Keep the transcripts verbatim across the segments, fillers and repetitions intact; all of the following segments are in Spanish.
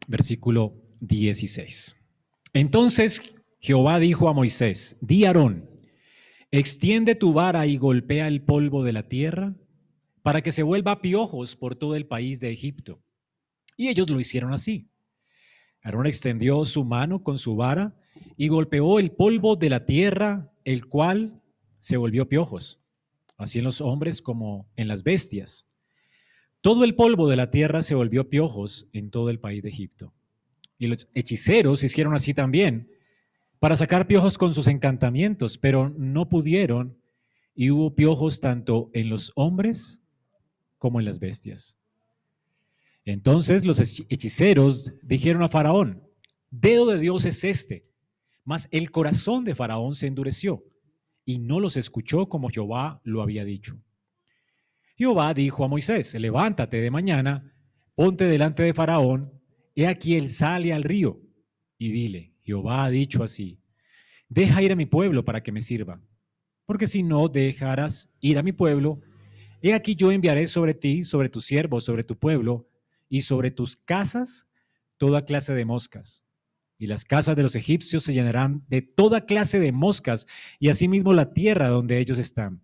versículo dieciséis. Entonces Jehová dijo a Moisés: Di a Aarón, extiende tu vara y golpea el polvo de la tierra para que se vuelva piojos por todo el país de Egipto. Y ellos lo hicieron así. Aarón extendió su mano con su vara y golpeó el polvo de la tierra, el cual se volvió piojos, así en los hombres como en las bestias. Todo el polvo de la tierra se volvió piojos en todo el país de Egipto. Y los hechiceros hicieron así también, para sacar piojos con sus encantamientos, pero no pudieron, y hubo piojos tanto en los hombres como en las bestias. Entonces los hechiceros dijeron a Faraón: dedo de Dios es este. Mas el corazón de Faraón se endureció, y no los escuchó como Jehová lo había dicho. Jehová dijo a Moisés: levántate de mañana, ponte delante de Faraón, he aquí él sale al río, y dile: Jehová ha dicho así, deja ir a mi pueblo para que me sirva, porque si no dejaras ir a mi pueblo, he aquí yo enviaré sobre ti, sobre tus siervos, sobre tu pueblo, y sobre tus casas toda clase de moscas. Y las casas de los egipcios se llenarán de toda clase de moscas, y asimismo la tierra donde ellos están.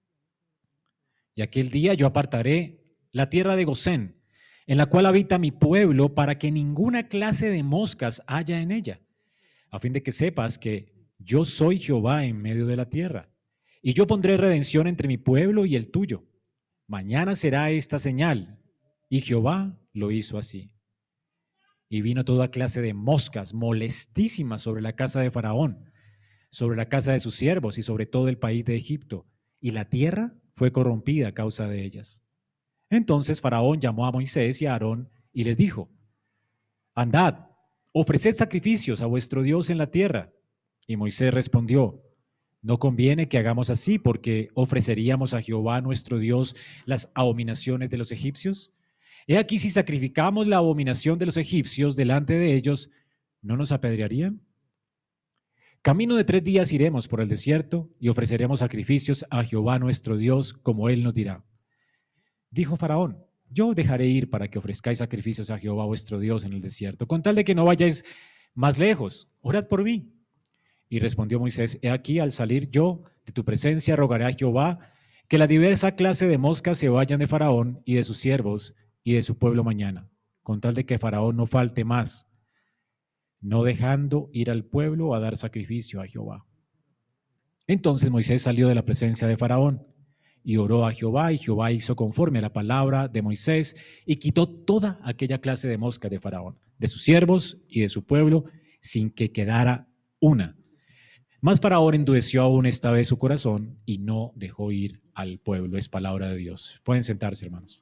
Y aquel día yo apartaré la tierra de Gosén, en la cual habita mi pueblo, para que ninguna clase de moscas haya en ella, a fin de que sepas que yo soy Jehová en medio de la tierra. Y yo pondré redención entre mi pueblo y el tuyo. Mañana será esta señal. Y Jehová lo hizo así. Y vino toda clase de moscas molestísimas sobre la casa de Faraón, sobre la casa de sus siervos y sobre todo el país de Egipto. Y la tierra fue corrompida a causa de ellas. Entonces Faraón llamó a Moisés y a Aarón y les dijo: andad, ofreced sacrificios a vuestro Dios en la tierra. Y Moisés respondió: no conviene que hagamos así, porque ofreceríamos a Jehová nuestro Dios las abominaciones de los egipcios. He aquí, si sacrificamos la abominación de los egipcios delante de ellos, ¿no nos apedrearían? Camino de tres días iremos por el desierto y ofreceremos sacrificios a Jehová nuestro Dios, como él nos dirá. Dijo Faraón: yo dejaré ir para que ofrezcáis sacrificios a Jehová vuestro Dios en el desierto, con tal de que no vayáis más lejos. Orad por mí. Y respondió Moisés: he aquí, al salir yo de tu presencia, rogaré a Jehová que la diversa clase de moscas se vayan de Faraón y de sus siervos y de su pueblo mañana, con tal de que Faraón no falte más, no dejando ir al pueblo a dar sacrificio a Jehová. Entonces Moisés salió de la presencia de Faraón y oró a Jehová, y Jehová hizo conforme a la palabra de Moisés y quitó toda aquella clase de moscas de Faraón, de sus siervos y de su pueblo, sin que quedara una. Mas Faraón endureció aún esta vez su corazón y no dejó ir al pueblo. Es palabra de Dios. Pueden sentarse, hermanos.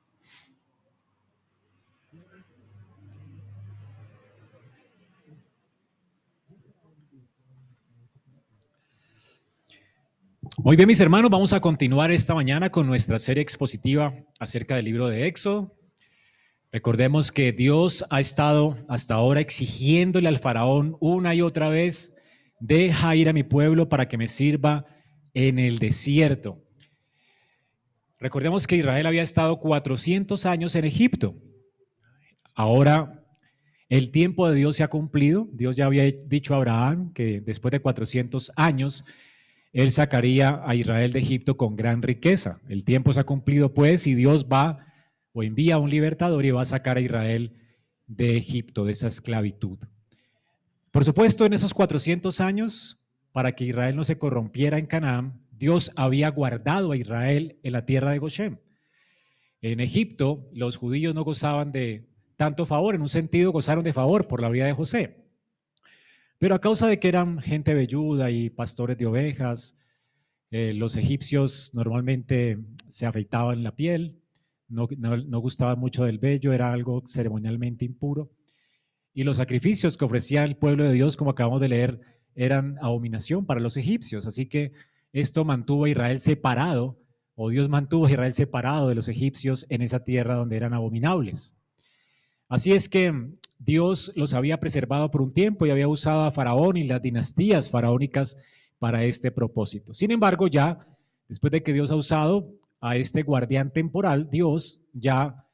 Muy bien, mis hermanos, vamos a continuar esta mañana con nuestra serie expositiva acerca del libro de Éxodo. Recordemos que Dios ha estado hasta ahora exigiéndole al faraón una y otra vez: deja ir a mi pueblo para que me sirva en el desierto. Recordemos que Israel había estado cuatrocientos años en Egipto. Ahora el tiempo de Dios se ha cumplido. Dios ya había dicho a Abraham que después de cuatrocientos años él sacaría a Israel de Egipto con gran riqueza. El tiempo se ha cumplido, pues, y Dios va o envía a un libertador y va a sacar a Israel de Egipto, de esa esclavitud. Por supuesto, en esos cuatrocientos años, para que Israel no se corrompiera en Canaán, Dios había guardado a Israel en la tierra de Gosén. En Egipto, los judíos no gozaban de tanto favor, en un sentido gozaron de favor por la vida de José. Pero a causa de que eran gente velluda y pastores de ovejas, eh, los egipcios normalmente se afeitaban la piel, no, no, no gustaban mucho del vello, era algo ceremonialmente impuro. Y los sacrificios que ofrecía el pueblo de Dios, como acabamos de leer, eran abominación para los egipcios. Así que esto mantuvo a Israel separado, o Dios mantuvo a Israel separado de los egipcios en esa tierra donde eran abominables. Así es que Dios los había preservado por un tiempo y había usado a Faraón y las dinastías faraónicas para este propósito. Sin embargo, ya después de que Dios ha usado a este guardián temporal, Dios ya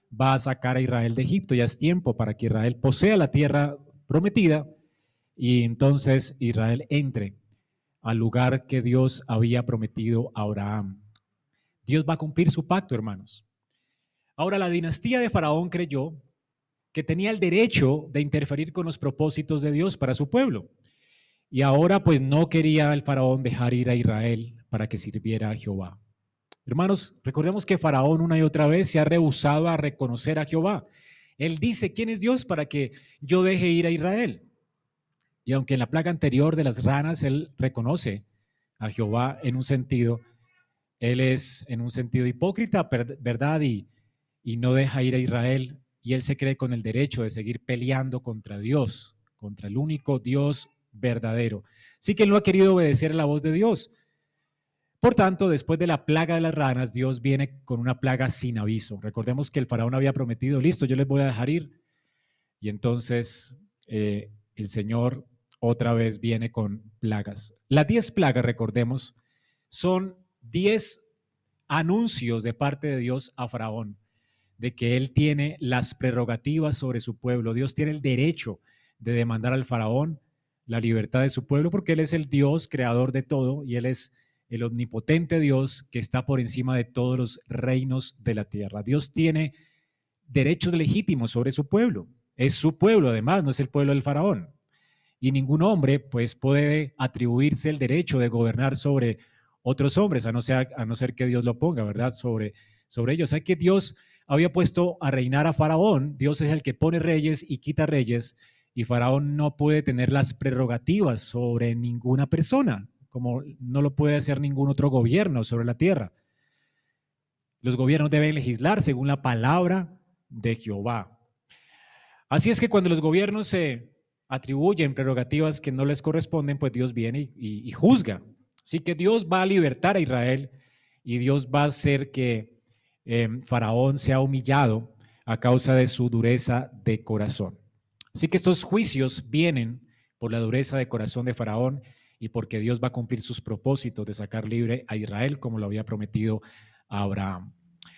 va a sacar a Israel de Egipto. Ya es tiempo para que Israel posea la tierra prometida y entonces Israel entre al lugar que Dios había prometido a Abraham. Dios va a cumplir su pacto, hermanos. Ahora, la dinastía de Faraón creyó que tenía el derecho de interferir con los propósitos de Dios para su pueblo. Y ahora pues no quería el faraón dejar ir a Israel para que sirviera a Jehová. Hermanos, recordemos que Faraón una y otra vez se ha rehusado a reconocer a Jehová. Él dice, ¿quién es Dios para que yo deje ir a Israel? Y aunque en la plaga anterior de las ranas él reconoce a Jehová en un sentido, él es en un sentido hipócrita, ¿verdad? Y, y no deja ir a Israel. Y él se cree con el derecho de seguir peleando contra Dios, contra el único Dios verdadero. Sí que él no ha querido obedecer la voz de Dios. Por tanto, después de la plaga de las ranas, Dios viene con una plaga sin aviso. Recordemos que el faraón había prometido, listo, yo les voy a dejar ir. Y entonces eh, el Señor otra vez viene con plagas. Las diez plagas, recordemos, son diez anuncios de parte de Dios a Faraón, de que él tiene las prerrogativas sobre su pueblo. Dios tiene el derecho de demandar al faraón la libertad de su pueblo, porque él es el Dios creador de todo y él es el omnipotente Dios que está por encima de todos los reinos de la tierra. Dios tiene derechos legítimos sobre su pueblo. Es su pueblo, además, no es el pueblo del faraón. Y ningún hombre, pues, puede atribuirse el derecho de gobernar sobre otros hombres, a no ser, a no ser que Dios lo ponga, ¿verdad?, sobre, sobre ellos. O sea que Dios había puesto a reinar a Faraón. Dios es el que pone reyes y quita reyes, y Faraón no puede tener las prerrogativas sobre ninguna persona, como no lo puede hacer ningún otro gobierno sobre la tierra. Los gobiernos deben legislar según la palabra de Jehová. Así es que cuando los gobiernos se atribuyen prerrogativas que no les corresponden, pues Dios viene y, y, y juzga. Así que Dios va a libertar a Israel y Dios va a hacer que eh, Faraón sea humillado a causa de su dureza de corazón. Así que estos juicios vienen por la dureza de corazón de Faraón y porque Dios va a cumplir sus propósitos de sacar libre a Israel como lo había prometido a Abraham.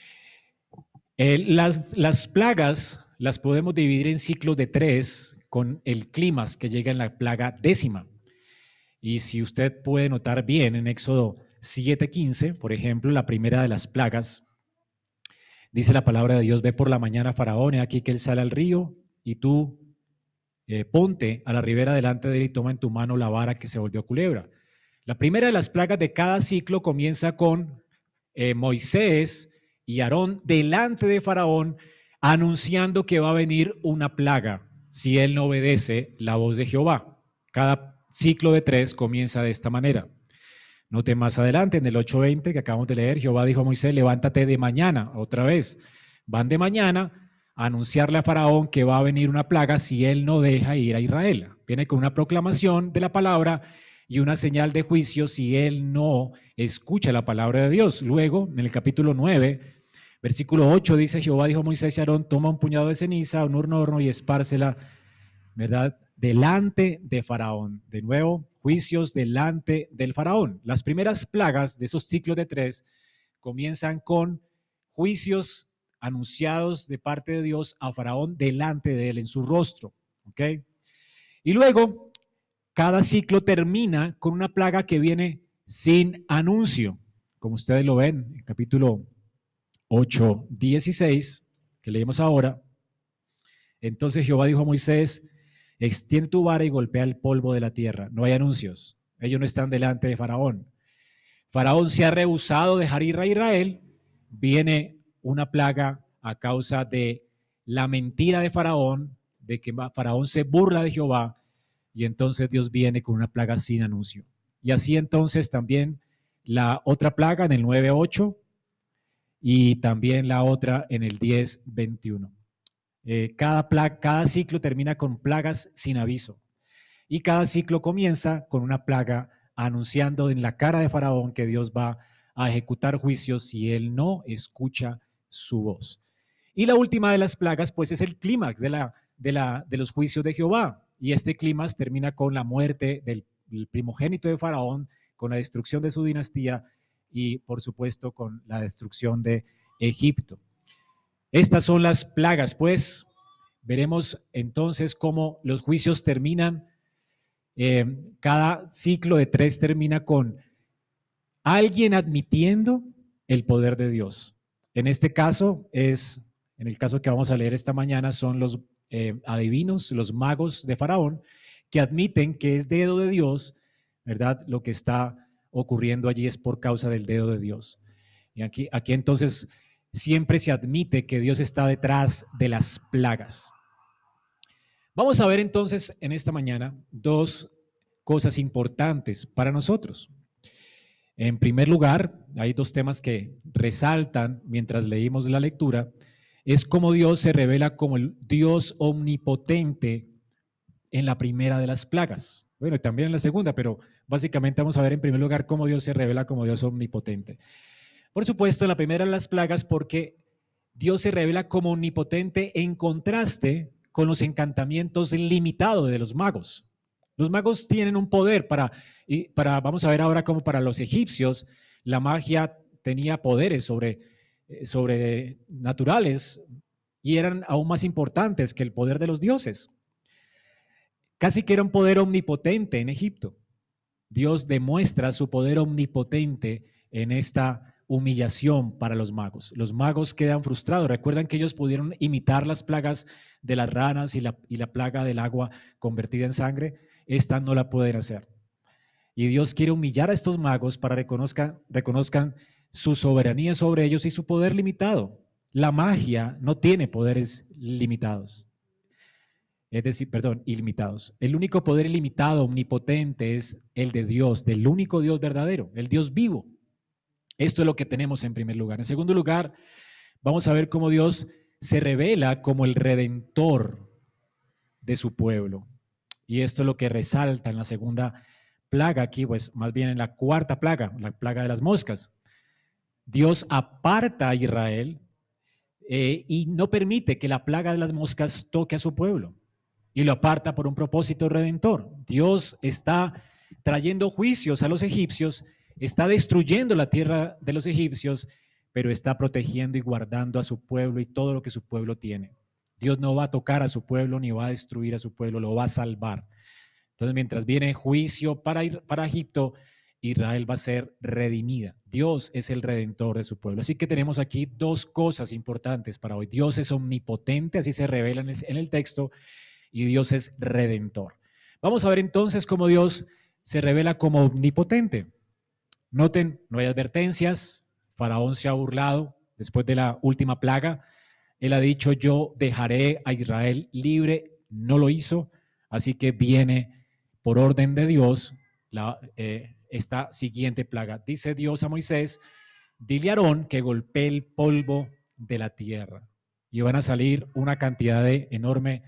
Eh, las, las plagas las podemos dividir en ciclos de tres con el clímax que llega en la plaga décima. Y si usted puede notar bien en Éxodo siete quince, por ejemplo, la primera de las plagas, dice la palabra de Dios, ve por la mañana Faraón, he aquí que él sale al río y tú eh, ponte a la ribera delante de él y toma en tu mano la vara que se volvió culebra. La primera de las plagas de cada ciclo comienza con eh, Moisés y Aarón delante de Faraón anunciando que va a venir una plaga si él no obedece la voz de Jehová. Cada ciclo de tres comienza de esta manera. Note más adelante en el ocho veinte que acabamos de leer, Jehová dijo a Moisés, levántate de mañana, otra vez. Van de mañana a anunciarle a Faraón que va a venir una plaga si él no deja ir a Israel. Viene con una proclamación de la palabra y una señal de juicio si él no escucha la palabra de Dios. Luego, en el capítulo nueve, versículo ocho, dice, Jehová dijo a Moisés y Aarón, toma un puñado de ceniza, un horno horno y espárcela, ¿verdad?, delante de Faraón. De nuevo, juicios delante del Faraón. Las primeras plagas de esos ciclos de tres comienzan con juicios anunciados de parte de Dios a Faraón delante de él, en su rostro. ¿Ok? Y luego, cada ciclo termina con una plaga que viene sin anuncio. Como ustedes lo ven en capítulo ocho, dieciséis, que leemos ahora. Entonces Jehová dijo a Moisés, extiende tu vara y golpea el polvo de la tierra. No hay anuncios. Ellos no están delante de Faraón. Faraón se ha rehusado dejar ir a Israel. Viene una plaga a causa de la mentira de Faraón, de que Faraón se burla de Jehová, y entonces Dios viene con una plaga sin anuncio. Y así entonces también la otra plaga en el nueve ocho y también la otra en el diez veintiuno. Eh, cada, plaga, cada ciclo termina con plagas sin aviso y cada ciclo comienza con una plaga anunciando en la cara de Faraón que Dios va a ejecutar juicios si él no escucha su voz. Y la última de las plagas pues es el clímax de, la, de, la, de los juicios de Jehová, y este clímax termina con la muerte del, del primogénito de Faraón, con la destrucción de su dinastía y por supuesto con la destrucción de Egipto. Estas son las plagas, pues. Veremos entonces cómo los juicios terminan. Eh, cada ciclo de tres termina con alguien admitiendo el poder de Dios. En este caso es, en el caso que vamos a leer esta mañana, son los eh, adivinos, los magos de Faraón, que admiten que es dedo de Dios, ¿verdad? Lo que está ocurriendo allí es por causa del dedo de Dios. Y aquí, aquí entonces siempre se admite que Dios está detrás de las plagas. Vamos a ver entonces en esta mañana dos cosas importantes para nosotros. En primer lugar, hay dos temas que resaltan mientras leímos la lectura, es cómo Dios se revela como el Dios omnipotente en la primera de las plagas. Bueno, y también en la segunda, pero básicamente vamos a ver en primer lugar cómo Dios se revela como Dios omnipotente. Por supuesto, en la primera de las plagas, porque Dios se revela como omnipotente en contraste con los encantamientos limitados de los magos. Los magos tienen un poder para, y para, vamos a ver ahora cómo para los egipcios la magia tenía poderes sobre, sobre naturales y eran aún más importantes que el poder de los dioses. Casi que era un poder omnipotente en Egipto. Dios demuestra su poder omnipotente en esta humillación para los magos. Los magos quedan frustrados. Recuerdan que ellos pudieron imitar las plagas de las ranas y la, y la plaga del agua convertida en sangre. Esta no la pueden hacer. Y Dios quiere humillar a estos magos para que reconozcan, reconozcan su soberanía sobre ellos y su poder limitado. La magia no tiene poderes limitados. Es decir, perdón, ilimitados. El único poder ilimitado, omnipotente, es el de Dios, del único Dios verdadero, el Dios vivo. Esto es lo que tenemos en primer lugar. En segundo lugar, vamos a ver cómo Dios se revela como el redentor de su pueblo. Y esto es lo que resalta en la segunda plaga aquí, pues más bien en la cuarta plaga, la plaga de las moscas. Dios aparta a Israel eh, y no permite que la plaga de las moscas toque a su pueblo. Y lo aparta por un propósito redentor. Dios está trayendo juicios a los egipcios, está destruyendo la tierra de los egipcios, pero está protegiendo y guardando a su pueblo y todo lo que su pueblo tiene. Dios no va a tocar a su pueblo ni va a destruir a su pueblo, lo va a salvar. Entonces, mientras viene juicio para, para Egipto, Israel va a ser redimida. Dios es el redentor de su pueblo. Así que tenemos aquí dos cosas importantes para hoy. Dios es omnipotente, así se revela en el, en el texto, y Dios es redentor. Vamos a ver entonces cómo Dios se revela como omnipotente. Noten, no hay advertencias, Faraón se ha burlado después de la última plaga. Él ha dicho, yo dejaré a Israel libre, no lo hizo, así que viene por orden de Dios la, eh, esta siguiente plaga. Dice Dios a Moisés, dile a Aarón que golpee el polvo de la tierra. Y van a salir una cantidad de, enorme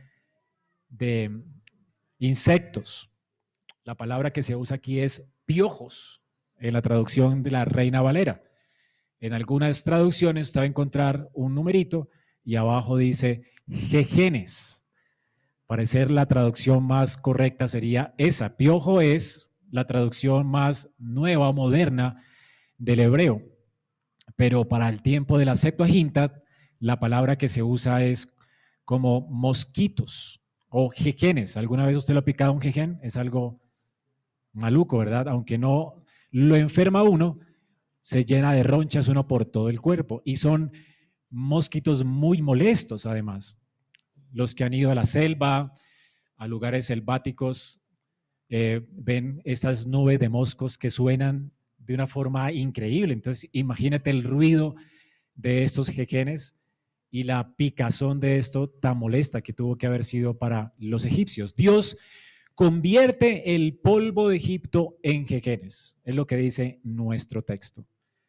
de insectos. La palabra que se usa aquí es piojos, en la traducción de la Reina Valera. En algunas traducciones usted va a encontrar un numerito y abajo dice jejenes. Parecer la traducción más correcta sería esa. Piojo es la traducción más nueva, moderna del hebreo. Pero para el tiempo de la Septuaginta, la palabra que se usa es como mosquitos o jejenes. ¿Alguna vez usted lo ha picado un jején? Es algo maluco, ¿verdad? Aunque no lo enferma uno, se llena de ronchas uno por todo el cuerpo. Y son mosquitos muy molestos, además. Los que han ido a la selva, a lugares selváticos, eh, ven esas nubes de moscos que suenan de una forma increíble. Entonces, imagínate el ruido de estos jejenes y la picazón de esto tan molesta que tuvo que haber sido para los egipcios. Dios convierte el polvo de Egipto en jejenes, es lo que dice nuestro texto.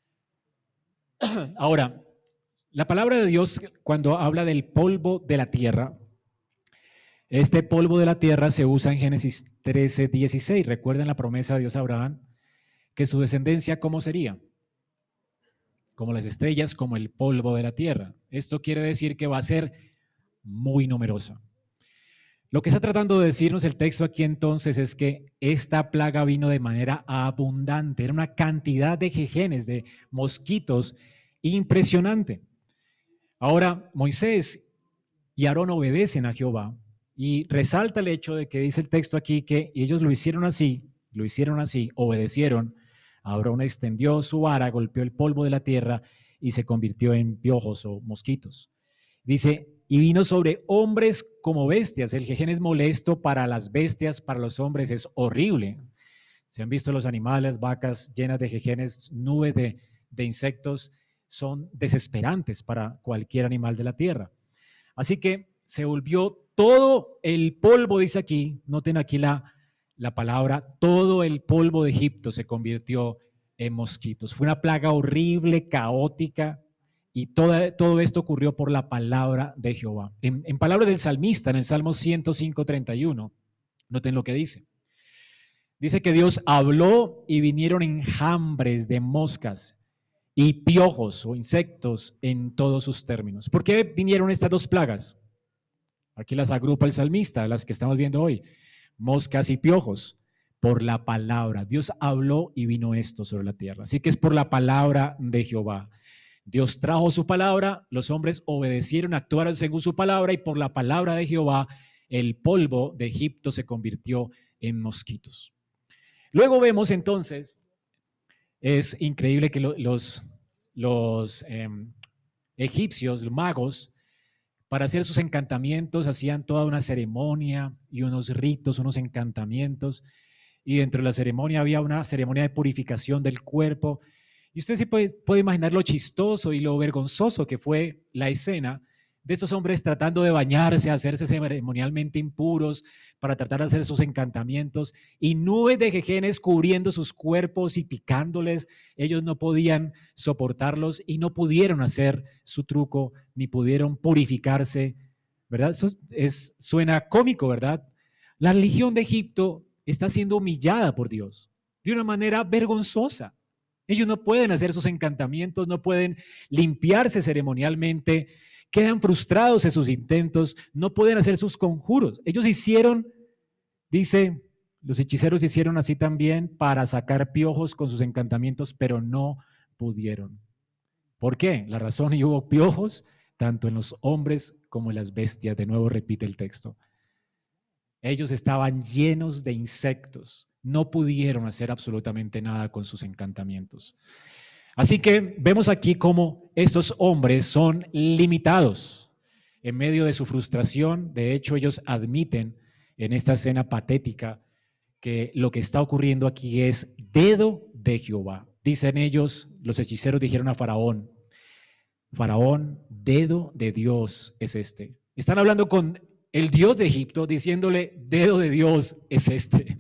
Ahora, la palabra de Dios, cuando habla del polvo de la tierra, este polvo de la tierra se usa en Génesis trece, dieciséis. Recuerden la promesa de Dios a Abraham, que su descendencia, ¿cómo sería? Como las estrellas, como el polvo de la tierra. Esto quiere decir que va a ser muy numerosa. Lo que está tratando de decirnos el texto aquí entonces es que esta plaga vino de manera abundante. Era una cantidad de jejenes, de mosquitos impresionante. Ahora, Moisés y Aarón obedecen a Jehová y resalta el hecho de que dice el texto aquí que ellos lo hicieron así, lo hicieron así, obedecieron. Aarón extendió su vara, golpeó el polvo de la tierra y se convirtió en piojos o mosquitos. Dice, y vino sobre hombres como bestias. El jején es molesto para las bestias, para los hombres es horrible. Se han visto los animales, vacas llenas de jejenes, nubes de, de insectos, son desesperantes para cualquier animal de la tierra. Así que se volvió todo el polvo, dice aquí, noten aquí la, la palabra, todo el polvo de Egipto se convirtió en mosquitos. Fue una plaga horrible, caótica, y toda, todo esto ocurrió por la palabra de Jehová. En, en palabras del salmista, en el Salmo ciento cinco, treinta y uno, noten lo que dice. Dice que Dios habló y vinieron enjambres de moscas y piojos o insectos en todos sus términos. ¿Por qué vinieron estas dos plagas? Aquí las agrupa el salmista, las que estamos viendo hoy. Moscas y piojos, por la palabra. Dios habló y vino esto sobre la tierra. Así que es por la palabra de Jehová. Dios trajo su palabra, los hombres obedecieron, actuaron según su palabra y por la palabra de Jehová el polvo de Egipto se convirtió en mosquitos. Luego vemos entonces, es increíble que lo, los, los eh, egipcios, los magos, para hacer sus encantamientos hacían toda una ceremonia y unos ritos, unos encantamientos, y dentro de la ceremonia había una ceremonia de purificación del cuerpo. Y usted sí puede, puede imaginar lo chistoso y lo vergonzoso que fue la escena de esos hombres tratando de bañarse, hacerse ceremonialmente impuros, para tratar de hacer sus encantamientos, y nubes de jejenes cubriendo sus cuerpos y picándoles. Ellos no podían soportarlos y no pudieron hacer su truco, ni pudieron purificarse, ¿verdad? Eso es, suena cómico, ¿verdad? La religión de Egipto está siendo humillada por Dios de una manera vergonzosa. Ellos no pueden hacer sus encantamientos, no pueden limpiarse ceremonialmente, quedan frustrados en sus intentos, no pueden hacer sus conjuros. Ellos hicieron, dice, los hechiceros hicieron así también para sacar piojos con sus encantamientos, pero no pudieron. ¿Por qué? La razón, y hubo piojos tanto en los hombres como en las bestias. De nuevo repite el texto. Ellos estaban llenos de insectos, no pudieron hacer absolutamente nada con sus encantamientos. Así que vemos aquí cómo estos hombres son limitados en medio de su frustración. De hecho, ellos admiten en esta escena patética que lo que está ocurriendo aquí es dedo de Jehová. Dicen ellos, los hechiceros dijeron a Faraón, Faraón, dedo de Dios es este. Están hablando con el Dios de Egipto, diciéndole, dedo de Dios es este.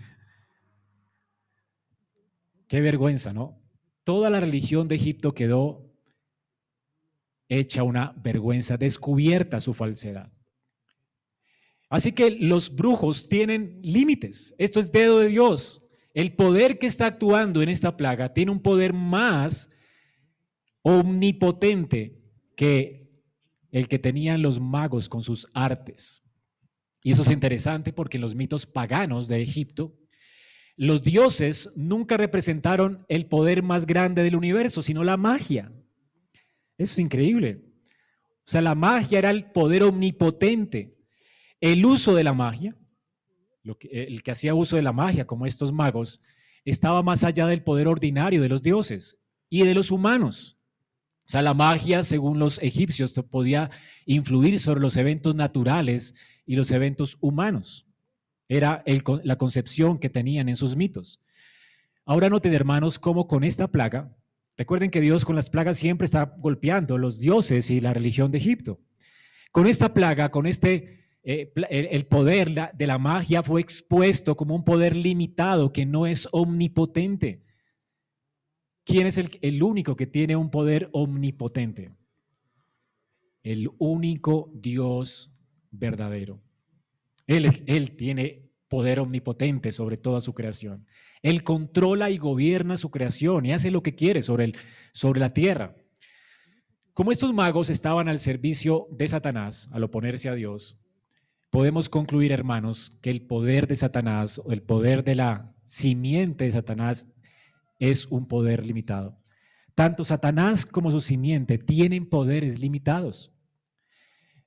Qué vergüenza, ¿no? Toda la religión de Egipto quedó hecha una vergüenza, descubierta su falsedad. Así que los brujos tienen límites. Esto es dedo de Dios. El poder que está actuando en esta plaga tiene un poder más omnipotente que el que tenían los magos con sus artes. Y eso es interesante porque en los mitos paganos de Egipto, los dioses nunca representaron el poder más grande del universo, sino la magia. Eso es increíble. O sea, la magia era el poder omnipotente. El uso de la magia, lo que, el que hacía uso de la magia, como estos magos, estaba más allá del poder ordinario de los dioses y de los humanos. O sea, la magia, según los egipcios, podía influir sobre los eventos naturales y los eventos humanos. Era el, la concepción que tenían en sus mitos. Ahora noten, hermanos, cómo con esta plaga, recuerden que Dios con las plagas siempre está golpeando los dioses y la religión de Egipto. Con esta plaga, con este, eh, el poder de la magia fue expuesto como un poder limitado que no es omnipotente. ¿Quién es el, el único que tiene un poder omnipotente? El único Dios verdadero. Él, él tiene poder omnipotente sobre toda su creación. Él controla y gobierna su creación y hace lo que quiere sobre, el, sobre la tierra. Como estos magos estaban al servicio de Satanás, al oponerse a Dios, podemos concluir, hermanos, que el poder de Satanás, o el poder de la simiente de Satanás, es un poder limitado. Tanto Satanás como su simiente tienen poderes limitados.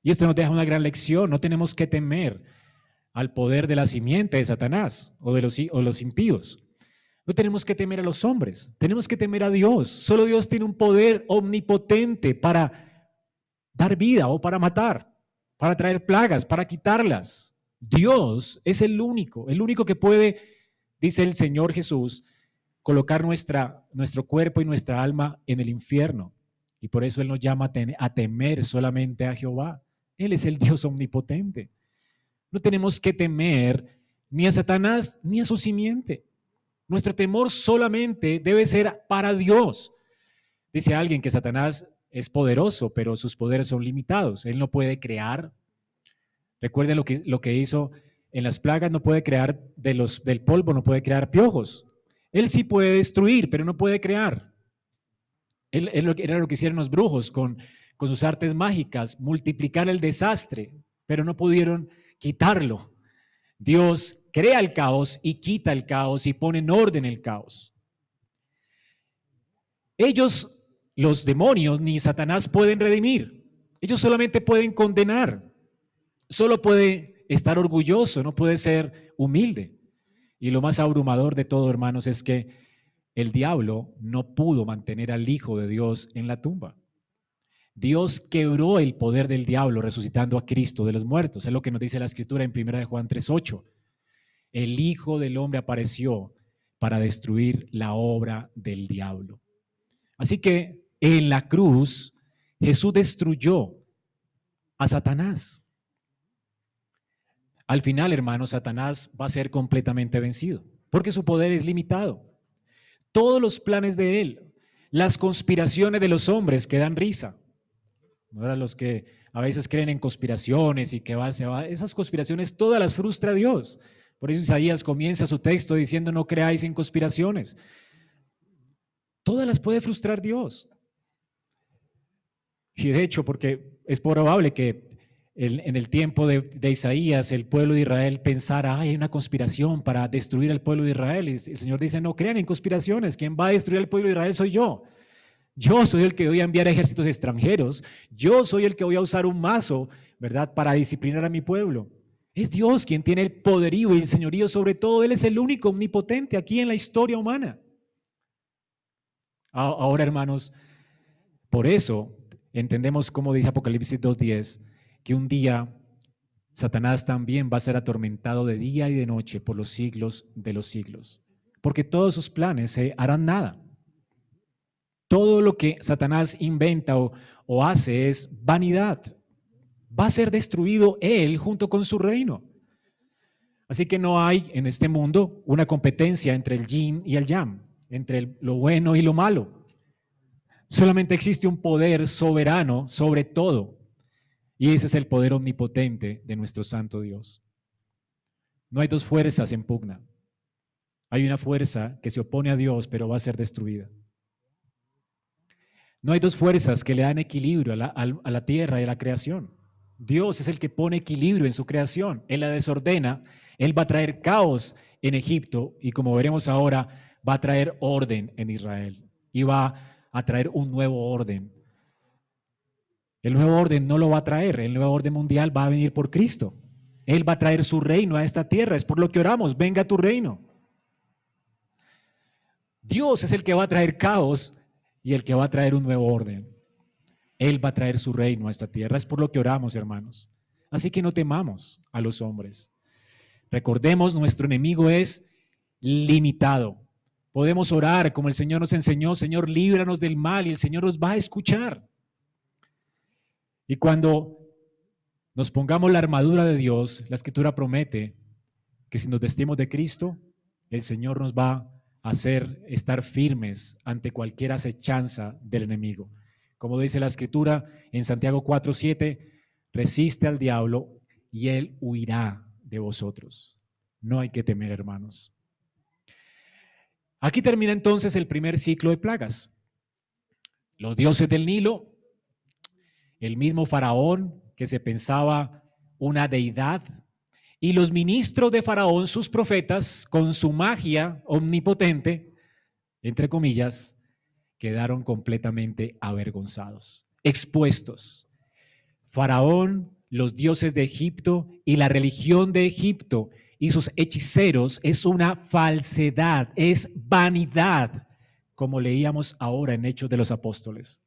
Y esto nos deja una gran lección. No tenemos que temer al poder de la simiente de Satanás o de los, o los impíos. No tenemos que temer a los hombres, tenemos que temer a Dios. Solo Dios tiene un poder omnipotente para dar vida o para matar, para traer plagas, para quitarlas. Dios es el único, el único que puede, dice el Señor Jesús, colocar nuestra, nuestro cuerpo y nuestra alma en el infierno. Y por eso Él nos llama a temer solamente a Jehová. Él es el Dios omnipotente. No tenemos que temer ni a Satanás ni a su simiente. Nuestro temor solamente debe ser para Dios. Dice alguien que Satanás es poderoso, pero sus poderes son limitados. Él no puede crear. Recuerden lo que, lo que hizo en las plagas, no puede crear de los, del polvo, no puede crear piojos. Él sí puede destruir, pero no puede crear. Él, él era lo que hicieron los brujos con, con sus artes mágicas, multiplicar el desastre, pero no pudieron quitarlo. Dios crea el caos y quita el caos y pone en orden el caos. Ellos, los demonios, ni Satanás pueden redimir. Ellos solamente pueden condenar. Solo puede estar orgulloso, no puede ser humilde. Y lo más abrumador de todo, hermanos, es que el diablo no pudo mantener al Hijo de Dios en la tumba. Dios quebró el poder del diablo resucitando a Cristo de los muertos. Es lo que nos dice la Escritura en primera de Juan tres ocho. El Hijo del Hombre apareció para destruir la obra del diablo. Así que en la cruz Jesús destruyó a Satanás. Al final, hermanos, Satanás va a ser completamente vencido, porque su poder es limitado. Todos los planes de él, las conspiraciones de los hombres que dan risa. Ahora los que a veces creen en conspiraciones y que va, se va, esas conspiraciones todas las frustra Dios. Por eso Isaías comienza su texto diciendo: no creáis en conspiraciones. Todas las puede frustrar Dios. Y de hecho, porque es probable que en, en el tiempo de, de Isaías el pueblo de Israel pensara: hay una conspiración para destruir al pueblo de Israel. Y el Señor dice: no crean en conspiraciones, quien va a destruir al pueblo de Israel soy yo. Yo soy el que voy a enviar ejércitos extranjeros, yo soy el que voy a usar un mazo, ¿verdad?, para disciplinar a mi pueblo. Es Dios quien tiene el poderío y el señorío sobre todo. Él es el único omnipotente aquí en la historia humana. Ahora, hermanos, por eso entendemos, como dice Apocalipsis dos diez, que un día Satanás también va a ser atormentado de día y de noche por los siglos de los siglos, porque todos sus planes se harán nada. Todo lo que Satanás inventa o, o hace es vanidad. Va a ser destruido él junto con su reino. Así que no hay en este mundo una competencia entre el yin y el yang, entre el, lo bueno y lo malo. Solamente existe un poder soberano sobre todo, y ese es el poder omnipotente de nuestro santo Dios. No hay dos fuerzas en pugna. Hay una fuerza que se opone a Dios, pero va a ser destruida. No hay dos fuerzas que le dan equilibrio a la, a la tierra y a la creación. Dios es el que pone equilibrio en su creación. Él la desordena, Él va a traer caos en Egipto y, como veremos ahora, va a traer orden en Israel y va a traer un nuevo orden. El nuevo orden no lo va a traer, el nuevo orden mundial va a venir por Cristo. Él va a traer su reino a esta tierra, es por lo que oramos: venga tu reino. Dios es el que va a traer caos y el que va a traer un nuevo orden. Él va a traer su reino a esta tierra, es por lo que oramos, hermanos. Así que no temamos a los hombres. Recordemos, nuestro enemigo es limitado. Podemos orar como el Señor nos enseñó: Señor, líbranos del mal, y el Señor nos va a escuchar. Y cuando nos pongamos la armadura de Dios, la Escritura promete que si nos vestimos de Cristo, el Señor nos va a hacer estar firmes ante cualquier acechanza del enemigo. Como dice la Escritura en Santiago cuatro siete, resiste al diablo y él huirá de vosotros. No hay que temer, hermanos. Aquí termina entonces el primer ciclo de plagas. Los dioses del Nilo, el mismo Faraón que se pensaba una deidad, y los ministros de Faraón, sus profetas, con su magia omnipotente, entre comillas, quedaron completamente avergonzados, expuestos. Faraón los dioses de Egipto y la religión de Egipto y sus hechiceros es una falsedad, es vanidad, como leíamos ahora en Hechos de los Apóstoles.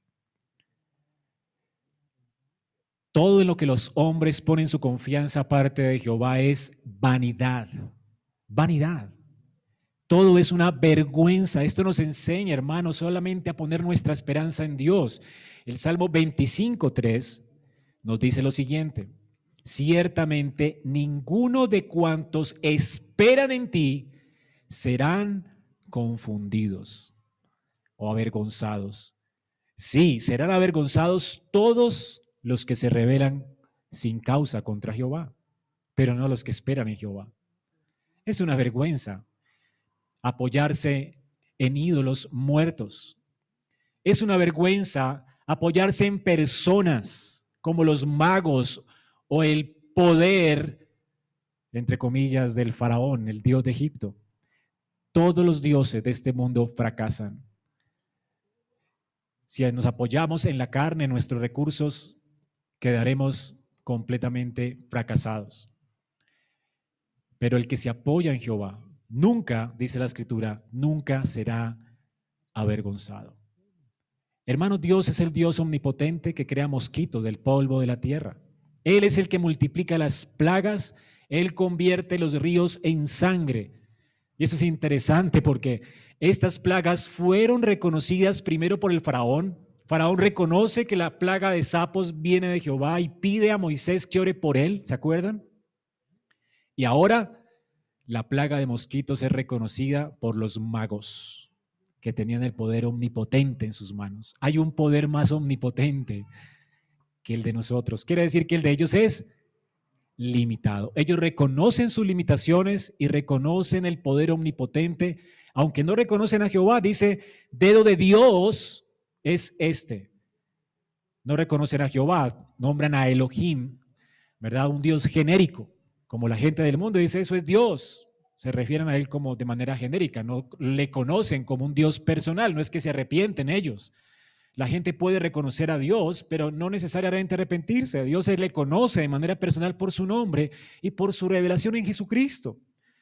Todo en lo que los hombres ponen su confianza aparte de Jehová es vanidad, vanidad. Todo es una vergüenza. Esto nos enseña, hermanos, solamente a poner nuestra esperanza en Dios. El Salmo veinticinco, tres nos dice lo siguiente: ciertamente ninguno de cuantos esperan en ti serán confundidos o avergonzados. Sí, serán avergonzados todos los que se rebelan sin causa contra Jehová, pero no los que esperan en Jehová. Es una vergüenza apoyarse en ídolos muertos. Es una vergüenza apoyarse en personas como los magos o el poder, entre comillas, del faraón, el dios de Egipto. Todos los dioses de este mundo fracasan. Si nos apoyamos en la carne, en nuestros recursos, quedaremos completamente fracasados. Pero el que se apoya en Jehová, nunca, dice la Escritura, nunca será avergonzado. Hermanos, Dios es el Dios omnipotente que crea mosquitos del polvo de la tierra. Él es el que multiplica las plagas, Él convierte los ríos en sangre. Y eso es interesante porque estas plagas fueron reconocidas primero por el faraón. Faraón reconoce que la plaga de sapos viene de Jehová y pide a Moisés que ore por él, ¿se acuerdan? Y ahora la plaga de mosquitos es reconocida por los magos, que tenían el poder omnipotente en sus manos. Hay un poder más omnipotente que el de nosotros. Quiere decir que el de ellos es limitado. Ellos reconocen sus limitaciones y reconocen el poder omnipotente. Aunque no reconocen a Jehová, dice, dedo de Dios es este. No reconocen a Jehová, nombran a Elohim, ¿verdad? Un Dios genérico, como la gente del mundo dice, eso es Dios. Se refieren a Él como de manera genérica, no le conocen como un Dios personal, no es que se arrepienten ellos. La gente puede reconocer a Dios, pero no necesariamente arrepentirse. Dios se le conoce de manera personal por su nombre y por su revelación en Jesucristo.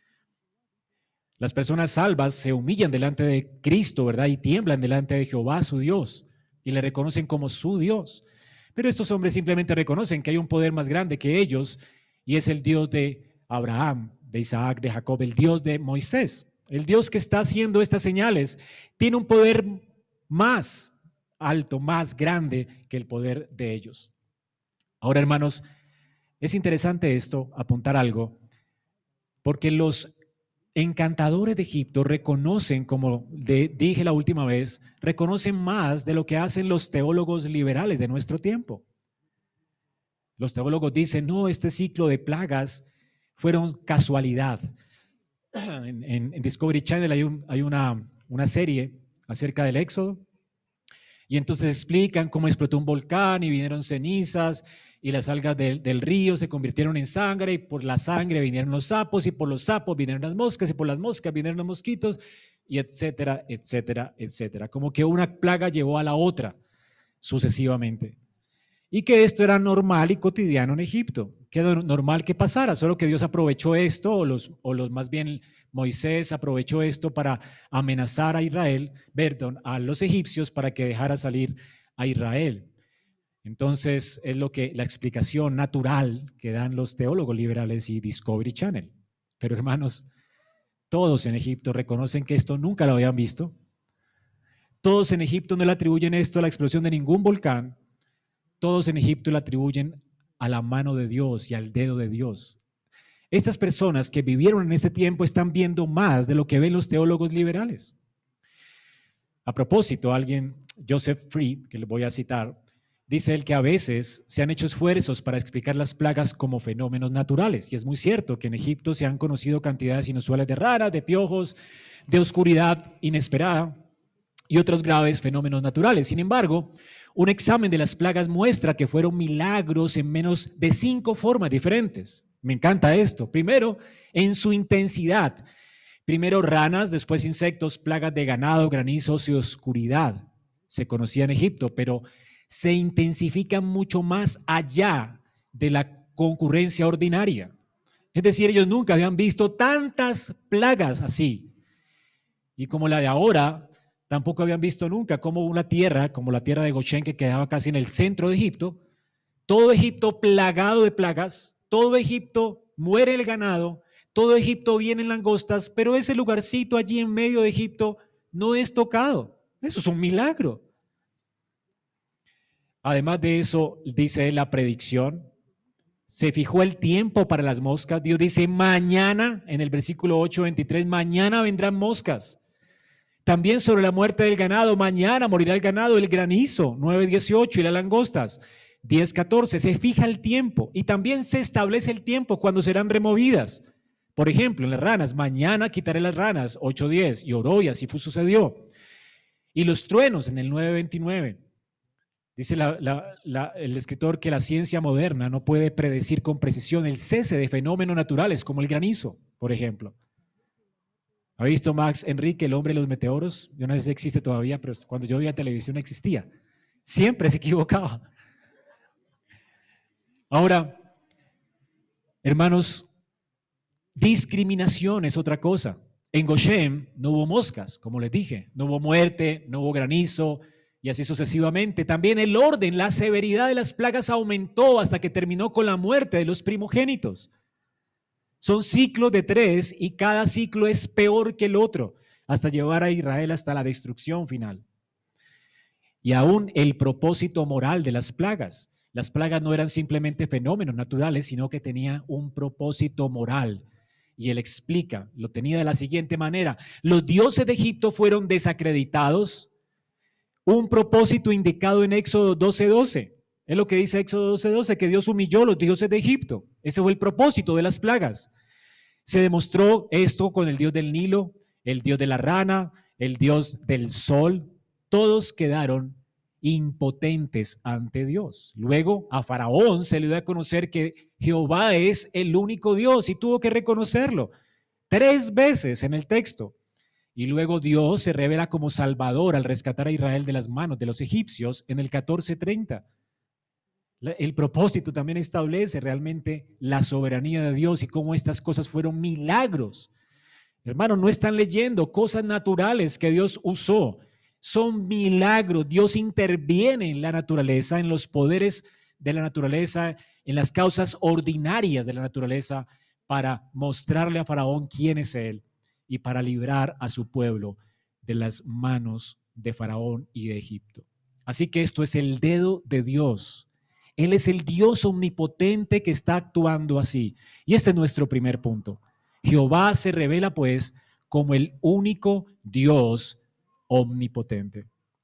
Las personas salvas se humillan delante de Cristo, ¿verdad? Y tiemblan delante de Jehová, su Dios, y le reconocen como su Dios. Pero estos hombres simplemente reconocen que hay un poder más grande que ellos, y es el Dios de Abraham, de Isaac, de Jacob, el Dios de Moisés. El Dios que está haciendo estas señales tiene un poder más alto, más grande que el poder de ellos. Ahora, hermanos, es interesante esto, apuntar algo, porque los encantadores de Egipto reconocen, como de, dije la última vez, reconocen más de lo que hacen los teólogos liberales de nuestro tiempo. Los teólogos dicen, no, este ciclo de plagas fueron casualidad. En, en, en Discovery Channel hay, un, hay una, una serie acerca del Éxodo, y entonces explican cómo explotó un volcán y vinieron cenizas, y las algas del, del río se convirtieron en sangre, y por la sangre vinieron los sapos, y por los sapos vinieron las moscas, y por las moscas vinieron los mosquitos, y etcétera, etcétera, etcétera. Como que una plaga llevó a la otra sucesivamente. Y que esto era normal y cotidiano en Egipto, que era normal que pasara, solo que Dios aprovechó esto, o los, o los más bien Moisés aprovechó esto para amenazar a Israel, perdón, a los egipcios para que dejara salir a Israel. Entonces es lo que la explicación natural que dan los teólogos liberales y Discovery Channel. Pero hermanos, todos en Egipto reconocen que esto nunca lo habían visto. Todos en Egipto no le atribuyen esto a la explosión de ningún volcán. Todos en Egipto le atribuyen a la mano de Dios y al dedo de Dios. Estas personas que vivieron en ese tiempo están viendo más de lo que ven los teólogos liberales. A propósito, alguien, Joseph Free, que le voy a citar, dice él que a veces se han hecho esfuerzos para explicar las plagas como fenómenos naturales. Y es muy cierto que en Egipto se han conocido cantidades inusuales de ranas, de piojos, de oscuridad inesperada y otros graves fenómenos naturales. Sin embargo, un examen de las plagas muestra que fueron milagros en menos de cinco formas diferentes. Me encanta esto. Primero, en su intensidad. Primero ranas, después insectos, plagas de ganado, granizos y oscuridad. Se conocía en Egipto, pero se intensifican mucho más allá de la concurrencia ordinaria. Es decir, ellos nunca habían visto tantas plagas así. Y como la de ahora, tampoco habían visto nunca cómo una tierra, como la tierra de Goshen, que quedaba casi en el centro de Egipto, todo Egipto plagado de plagas, todo Egipto muere el ganado, todo Egipto vienen langostas, pero ese lugarcito allí en medio de Egipto no es tocado. Eso es un milagro. Además de eso, dice la predicción, se fijó el tiempo para las moscas. Dios dice, mañana, en el versículo ocho veintitrés, mañana vendrán moscas. También sobre la muerte del ganado, mañana morirá el ganado, el granizo, nueve dieciocho, y las langostas, diez catorce. Se fija el tiempo y también se establece el tiempo cuando serán removidas. Por ejemplo, en las ranas, mañana quitaré las ranas, ocho diez, y oró y así fue, sucedió. Y los truenos en el nueve veintinueve. Dice la, la, la, el escritor que la ciencia moderna no puede predecir con precisión el cese de fenómenos naturales como el granizo, por ejemplo. ¿Ha visto Max Enrique, el hombre de los meteoros? Yo no sé si existe todavía, pero cuando yo veía televisión existía. Siempre se equivocaba. Ahora, hermanos, discriminación es otra cosa. En Goshen no hubo moscas, como les dije, no hubo muerte, no hubo granizo, y así sucesivamente. También el orden, la severidad de las plagas aumentó hasta que terminó con la muerte de los primogénitos. Son ciclos de tres y cada ciclo es peor que el otro, hasta llevar a Israel hasta la destrucción final. Y aún el propósito moral de las plagas. Las plagas no eran simplemente fenómenos naturales, sino que tenían un propósito moral. Y él explica, lo tenía de la siguiente manera. Los dioses de Egipto fueron desacreditados. Un propósito indicado en Éxodo doce doce. Es lo que dice Éxodo doce doce, que Dios humilló a los dioses de Egipto. Ese fue el propósito de las plagas. Se demostró esto con el dios del Nilo, el dios de la rana, el dios del sol. Todos quedaron impotentes ante Dios. Luego a Faraón se le dio a conocer que Jehová es el único Dios y tuvo que reconocerlo tres veces en el texto. Y luego Dios se revela como Salvador al rescatar a Israel de las manos de los egipcios en el catorce treinta. El propósito también establece realmente la soberanía de Dios y cómo estas cosas fueron milagros. Hermanos, no están leyendo cosas naturales que Dios usó. Son milagros. Dios interviene en la naturaleza, en los poderes de la naturaleza, en las causas ordinarias de la naturaleza para mostrarle a Faraón quién es Él y para librar a su pueblo de las manos de Faraón y de Egipto. Así que esto es el dedo de Dios. Él es el Dios omnipotente que está actuando así. Y este es nuestro primer punto. Jehová se revela pues como el único Dios omnipotente.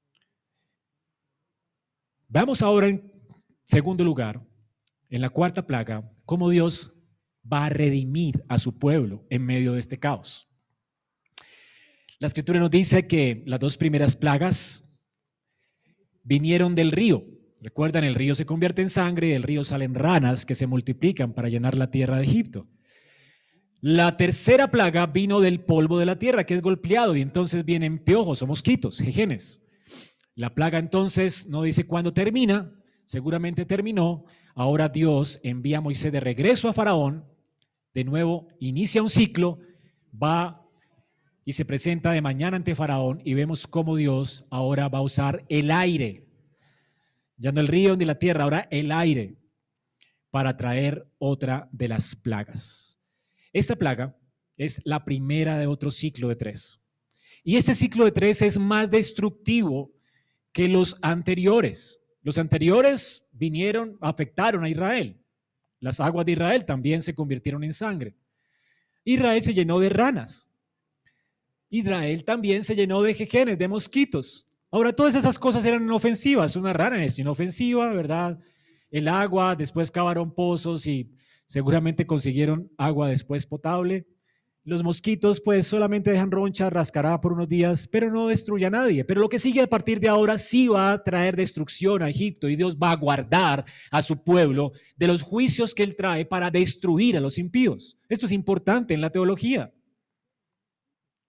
Veamos ahora en segundo lugar, en la cuarta plaga, cómo Dios va a redimir a su pueblo en medio de este caos. La Escritura nos dice que las dos primeras plagas vinieron del río. Recuerdan, el río se convierte en sangre y del río salen ranas que se multiplican para llenar la tierra de Egipto. La tercera plaga vino del polvo de la tierra, que es golpeado, y entonces vienen piojos o mosquitos, jejenes. La plaga entonces no dice cuándo termina, seguramente terminó. Ahora Dios envía a Moisés de regreso a Faraón, de nuevo inicia un ciclo, va y se presenta de mañana ante Faraón y vemos cómo Dios ahora va a usar el aire, ya no el río ni la tierra, ahora el aire, para traer otra de las plagas. Esta plaga es la primera de otro ciclo de tres. Y este ciclo de tres es más destructivo que los anteriores. Los anteriores vinieron, afectaron a Israel. Las aguas de Israel también se convirtieron en sangre. Israel se llenó de ranas. Israel también se llenó de jejenes, de mosquitos. Ahora, todas esas cosas eran inofensivas. Una rana es inofensiva, ¿verdad? El agua, después cavaron pozos y seguramente consiguieron agua después potable. Los mosquitos pues solamente dejan roncha, rascará por unos días, pero no destruye a nadie. Pero lo que sigue a partir de ahora sí va a traer destrucción a Egipto y Dios va a guardar a su pueblo de los juicios que Él trae para destruir a los impíos. Esto es importante en la teología.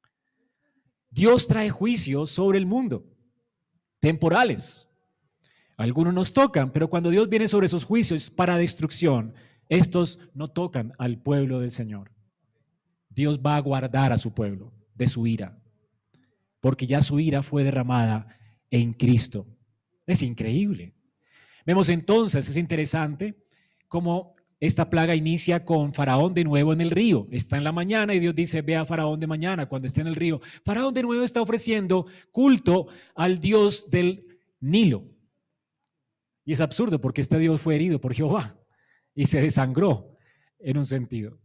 Dios trae juicios sobre el mundo, temporales. Algunos nos tocan, pero cuando Dios viene sobre esos juicios para destrucción, estos no tocan al pueblo del Señor. Dios va a guardar a su pueblo de su ira, porque ya su ira fue derramada en Cristo. Es increíble. Vemos entonces, es interesante, cómo esta plaga inicia con Faraón de nuevo en el río. Está en la mañana y Dios dice, ve a Faraón de mañana cuando esté en el río. Faraón de nuevo está ofreciendo culto al Dios del Nilo. Y es absurdo porque este Dios fue herido por Jehová y se desangró en un sentido.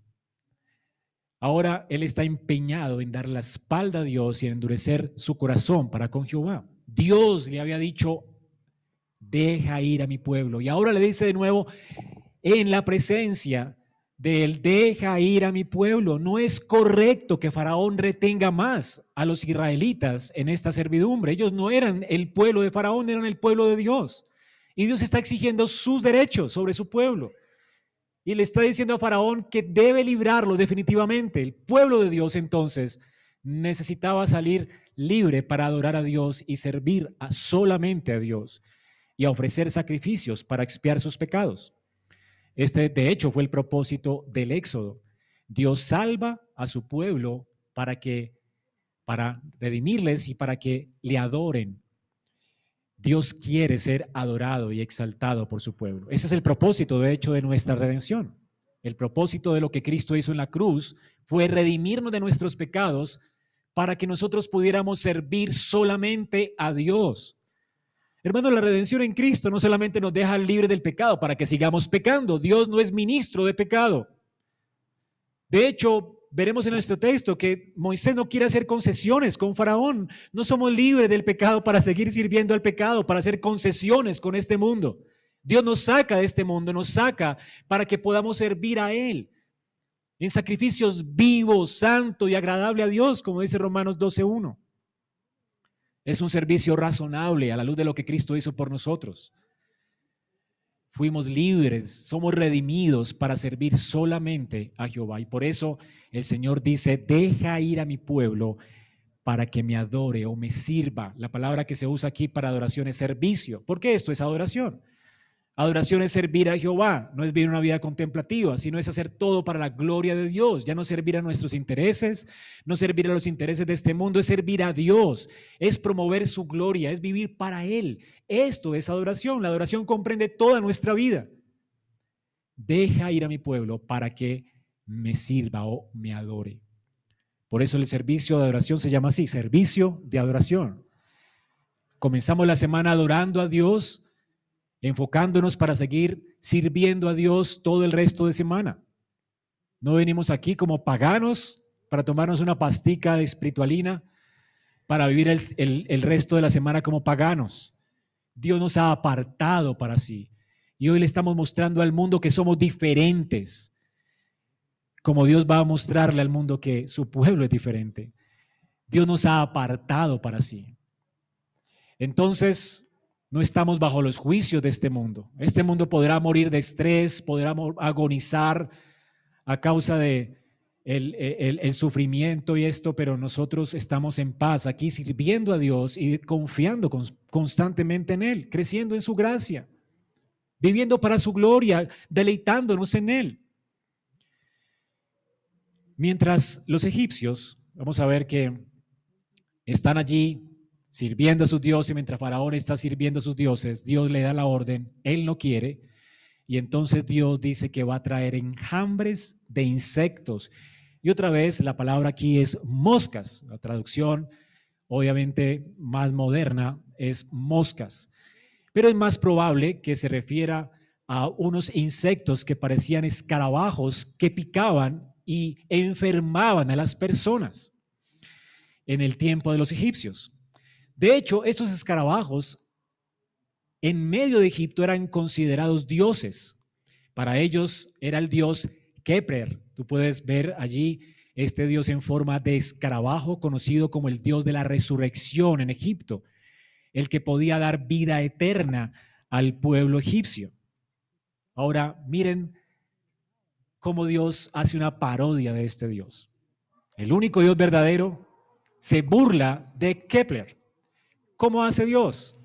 Ahora él está empeñado en dar la espalda a Dios y en endurecer su corazón para con Jehová. Dios le había dicho, deja ir a mi pueblo. Y ahora le dice de nuevo, en la presencia de él, deja ir a mi pueblo. No es correcto que Faraón retenga más a los israelitas en esta servidumbre. Ellos no eran el pueblo de Faraón, eran el pueblo de Dios. Y Dios está exigiendo sus derechos sobre su pueblo. Y le está diciendo a Faraón que debe librarlo definitivamente. El pueblo de Dios entonces necesitaba salir libre para adorar a Dios y servir a solamente a Dios y a ofrecer sacrificios para expiar sus pecados. Este, de hecho, fue el propósito del Éxodo. Dios salva a su pueblo para que, para redimirles y para que le adoren. Dios quiere ser adorado y exaltado por su pueblo. Ese es el propósito, de hecho, de nuestra redención. El propósito de lo que Cristo hizo en la cruz fue redimirnos de nuestros pecados para que nosotros pudiéramos servir solamente a Dios. Hermano, la redención en Cristo no solamente nos deja libre del pecado para que sigamos pecando. Dios no es ministro de pecado. De hecho, veremos en nuestro texto que Moisés no quiere hacer concesiones con Faraón. No somos libres del pecado para seguir sirviendo al pecado, para hacer concesiones con este mundo. Dios nos saca de este mundo, nos saca para que podamos servir a Él en sacrificios vivos, santo y agradable a Dios, como dice Romanos doce uno. Es un servicio razonable a la luz de lo que Cristo hizo por nosotros. Fuimos libres, somos redimidos para servir solamente a Jehová. Y por eso el Señor dice, deja ir a mi pueblo para que me adore o me sirva. La palabra que se usa aquí para adoración es servicio. ¿Por qué esto es adoración? Adoración es servir a Jehová, no es vivir una vida contemplativa, sino es hacer todo para la gloria de Dios, ya no servir a nuestros intereses, no servir a los intereses de este mundo, es servir a Dios, es promover su gloria, es vivir para Él. Esto es adoración, la adoración comprende toda nuestra vida. Deja ir a mi pueblo para que me sirva o me adore. Por eso el servicio de adoración se llama así, servicio de adoración. Comenzamos la semana adorando a Dios, enfocándonos para seguir sirviendo a Dios todo el resto de semana. No venimos aquí como paganos para tomarnos una pastica de espiritualina, para vivir el, el, el resto de la semana como paganos. Dios nos ha apartado para sí. Y hoy le estamos mostrando al mundo que somos diferentes, como Dios va a mostrarle al mundo que su pueblo es diferente. Dios nos ha apartado para sí. Entonces, no estamos bajo los juicios de este mundo. Este mundo podrá morir de estrés, podrá agonizar a causa de el, el, el sufrimiento y esto, pero nosotros estamos en paz aquí sirviendo a Dios y confiando constantemente en Él, creciendo en su gracia, viviendo para su gloria, deleitándonos en Él. Mientras los egipcios, vamos a ver que están allí sirviendo a sus dioses, mientras Faraón está sirviendo a sus dioses, Dios le da la orden, él no quiere, y entonces Dios dice que va a traer enjambres de insectos. Y otra vez la palabra aquí es moscas, la traducción obviamente más moderna es moscas, pero es más probable que se refiera a unos insectos que parecían escarabajos que picaban y enfermaban a las personas en el tiempo de los egipcios. De hecho, estos escarabajos en medio de Egipto eran considerados dioses. Para ellos era el dios Kepler. Tú puedes ver allí este dios en forma de escarabajo, conocido como el dios de la resurrección en Egipto, el que podía dar vida eterna al pueblo egipcio. Ahora, miren cómo Dios hace una parodia de este dios. El único Dios verdadero se burla de Kepler. ¿Cómo hace Dios?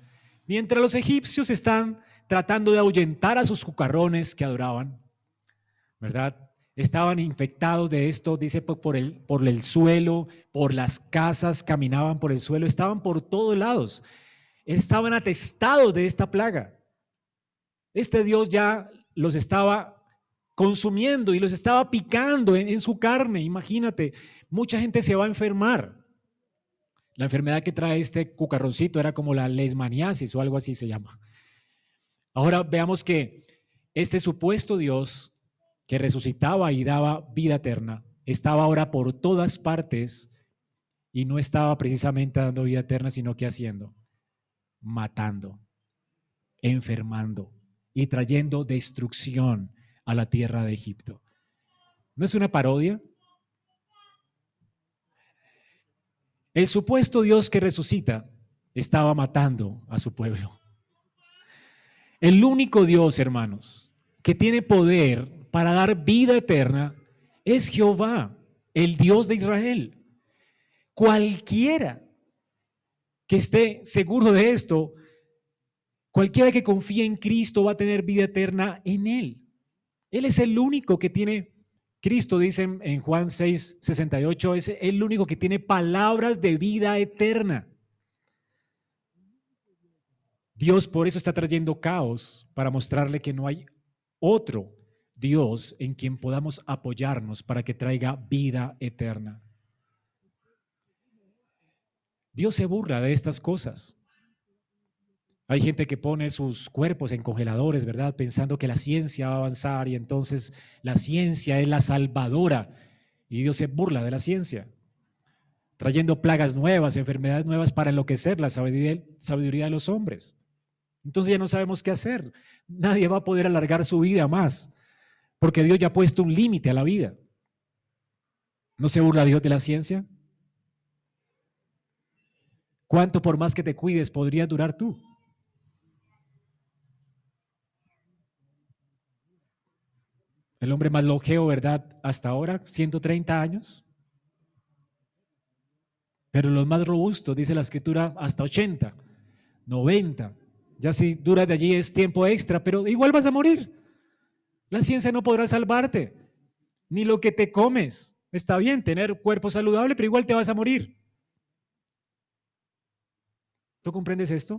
Mientras los egipcios están tratando de ahuyentar a sus cucarrones que adoraban, ¿verdad? Estaban infectados de esto, dice, por el, por el suelo, por las casas, caminaban por el suelo, estaban por todos lados. Estaban atestados de esta plaga. Este Dios ya los estaba consumiendo y los estaba picando en, en su carne. Imagínate, mucha gente se va a enfermar. La enfermedad que trae este cucarroncito era como la leishmaniasis o algo así se llama. Ahora veamos que este supuesto Dios que resucitaba y daba vida eterna, estaba ahora por todas partes y no estaba precisamente dando vida eterna, sino que haciendo, matando, enfermando y trayendo destrucción a la tierra de Egipto. ¿No es una parodia? El supuesto Dios que resucita estaba matando a su pueblo. El único Dios, hermanos, que tiene poder para dar vida eterna es Jehová, el Dios de Israel. Cualquiera que esté seguro de esto, cualquiera que confíe en Cristo va a tener vida eterna en Él. Él es el único que tiene, Cristo dice en Juan seis, sesenta y ocho, es el único que tiene palabras de vida eterna. Dios por eso está trayendo caos para mostrarle que no hay otro Dios en quien podamos apoyarnos para que traiga vida eterna. Dios se burla de estas cosas. Hay gente que pone sus cuerpos en congeladores, ¿verdad? Pensando que la ciencia va a avanzar y entonces la ciencia es la salvadora y Dios se burla de la ciencia, trayendo plagas nuevas, enfermedades nuevas para enloquecer la sabiduría, sabiduría de los hombres. Entonces ya no sabemos qué hacer. Nadie va a poder alargar su vida más, porque Dios ya ha puesto un límite a la vida. ¿No se burla Dios de la ciencia? ¿Cuánto por más que te cuides podrías durar tú? El hombre más longevo, ¿verdad? Hasta ahora, ciento treinta años. Pero los más robustos, dice la Escritura, hasta ochenta, noventa. Ya si duras de allí es tiempo extra, pero igual vas a morir. La ciencia no podrá salvarte, ni lo que te comes. Está bien tener cuerpo saludable, pero igual te vas a morir. ¿Tú comprendes esto?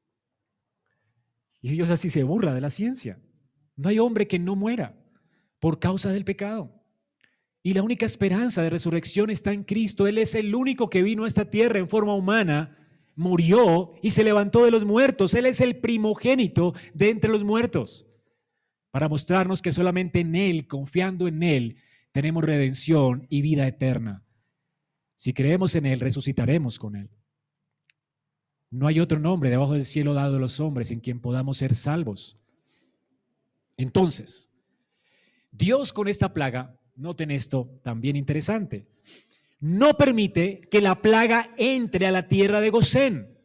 Y Dios así se burla de la ciencia. No hay hombre que no muera por causa del pecado. Y la única esperanza de resurrección está en Cristo. Él es el único que vino a esta tierra en forma humana, murió y se levantó de los muertos. Él es el primogénito de entre los muertos, para mostrarnos que solamente en Él, confiando en Él, tenemos redención y vida eterna. Si creemos en Él, resucitaremos con Él. No hay otro nombre debajo del cielo dado a los hombres en quien podamos ser salvos. Entonces, Dios con esta plaga, noten esto también interesante, no permite que la plaga entre a la tierra de Gosén.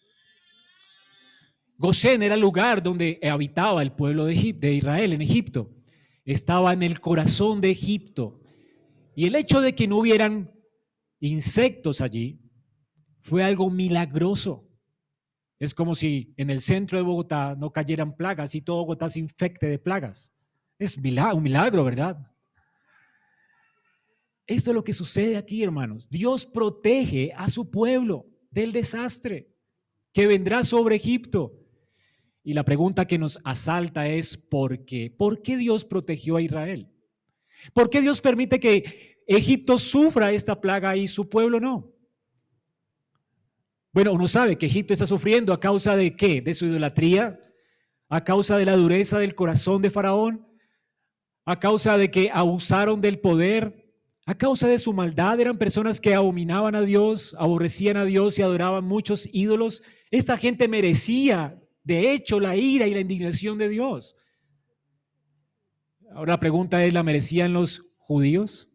Gosén era el lugar donde habitaba el pueblo de, Egip- de Israel en Egipto. Estaba en el corazón de Egipto. Y el hecho de que no hubieran insectos allí fue algo milagroso. Es como si en el centro de Bogotá no cayeran plagas y todo Bogotá se infecte de plagas. Es un milagro, ¿verdad? Esto es lo que sucede aquí, hermanos. Dios protege a su pueblo del desastre que vendrá sobre Egipto. Y la pregunta que nos asalta es ¿por qué? ¿Por qué Dios protegió a Israel? ¿Por qué Dios permite que Egipto sufra esta plaga y su pueblo no? Bueno, uno sabe que Egipto está sufriendo a causa de ¿qué? De su idolatría, a causa de la dureza del corazón de Faraón, a causa de que abusaron del poder, a causa de su maldad. Eran personas que abominaban a Dios, aborrecían a Dios y adoraban muchos ídolos. Esta gente merecía, de hecho, la ira y la indignación de Dios. Ahora la pregunta es, ¿la merecían los judíos?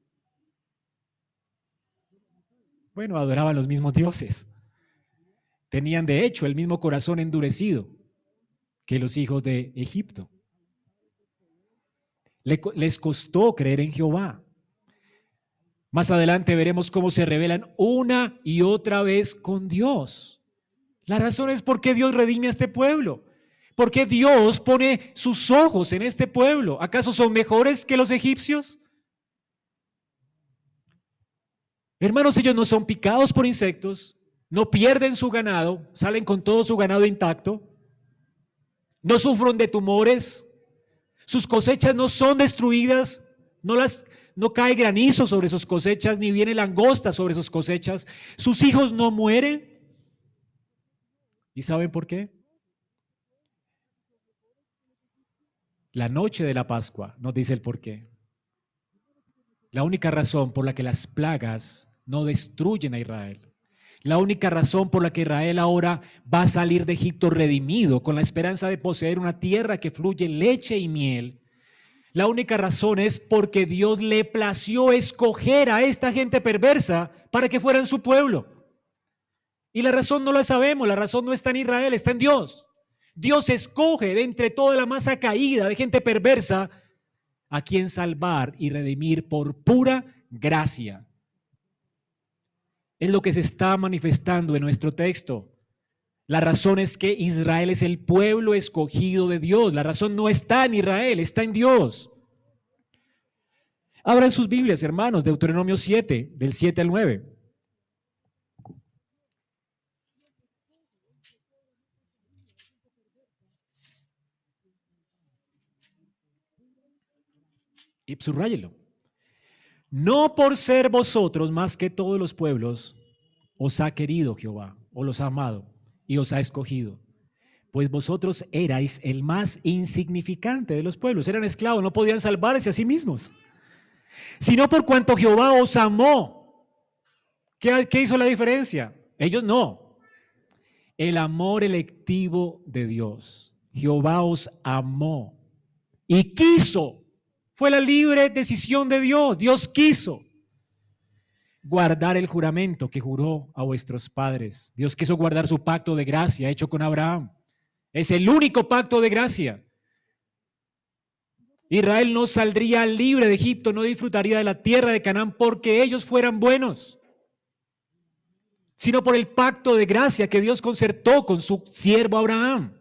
Bueno, adoraban los mismos dioses. Tenían de hecho el mismo corazón endurecido que los hijos de Egipto. Les costó creer en Jehová. Más adelante veremos cómo se rebelan una y otra vez con Dios. La razón es porque Dios redime a este pueblo. Porque Dios pone sus ojos en este pueblo. ¿Acaso son mejores que los egipcios? Hermanos, ellos no son picados por insectos, no pierden su ganado, salen con todo su ganado intacto, no sufren de tumores, sus cosechas no son destruidas, no, las, no cae granizo sobre sus cosechas, ni viene langosta sobre sus cosechas, sus hijos no mueren. ¿Y saben por qué? La noche de la Pascua nos dice el por qué. La única razón por la que las plagas no destruyen a Israel, la única razón por la que Israel ahora va a salir de Egipto redimido, con la esperanza de poseer una tierra que fluye leche y miel, la única razón es porque Dios le plació escoger a esta gente perversa para que fueran su pueblo. Y la razón no la sabemos, la razón no está en Israel, está en Dios. Dios escoge de entre toda la masa caída de gente perversa a quien salvar y redimir por pura gracia. Es lo que se está manifestando en nuestro texto. La razón es que Israel es el pueblo escogido de Dios. La razón no está en Israel, está en Dios. Abran sus Biblias, hermanos, Deuteronomio siete, del siete al nueve. Y subrayelo. No por ser vosotros más que todos los pueblos, os ha querido Jehová, o los ha amado, y os ha escogido. Pues vosotros erais el más insignificante de los pueblos, eran esclavos, no podían salvarse a sí mismos. Sino por cuanto Jehová os amó. ¿Qué, qué hizo la diferencia? Ellos no. El amor electivo de Dios. Jehová os amó y quiso. Fue la libre decisión de Dios. Dios quiso guardar el juramento que juró a vuestros padres. Dios quiso guardar su pacto de gracia hecho con Abraham. Es el único pacto de gracia. Israel no saldría libre de Egipto, no disfrutaría de la tierra de Canaán porque ellos fueran buenos, sino por el pacto de gracia que Dios concertó con su siervo Abraham.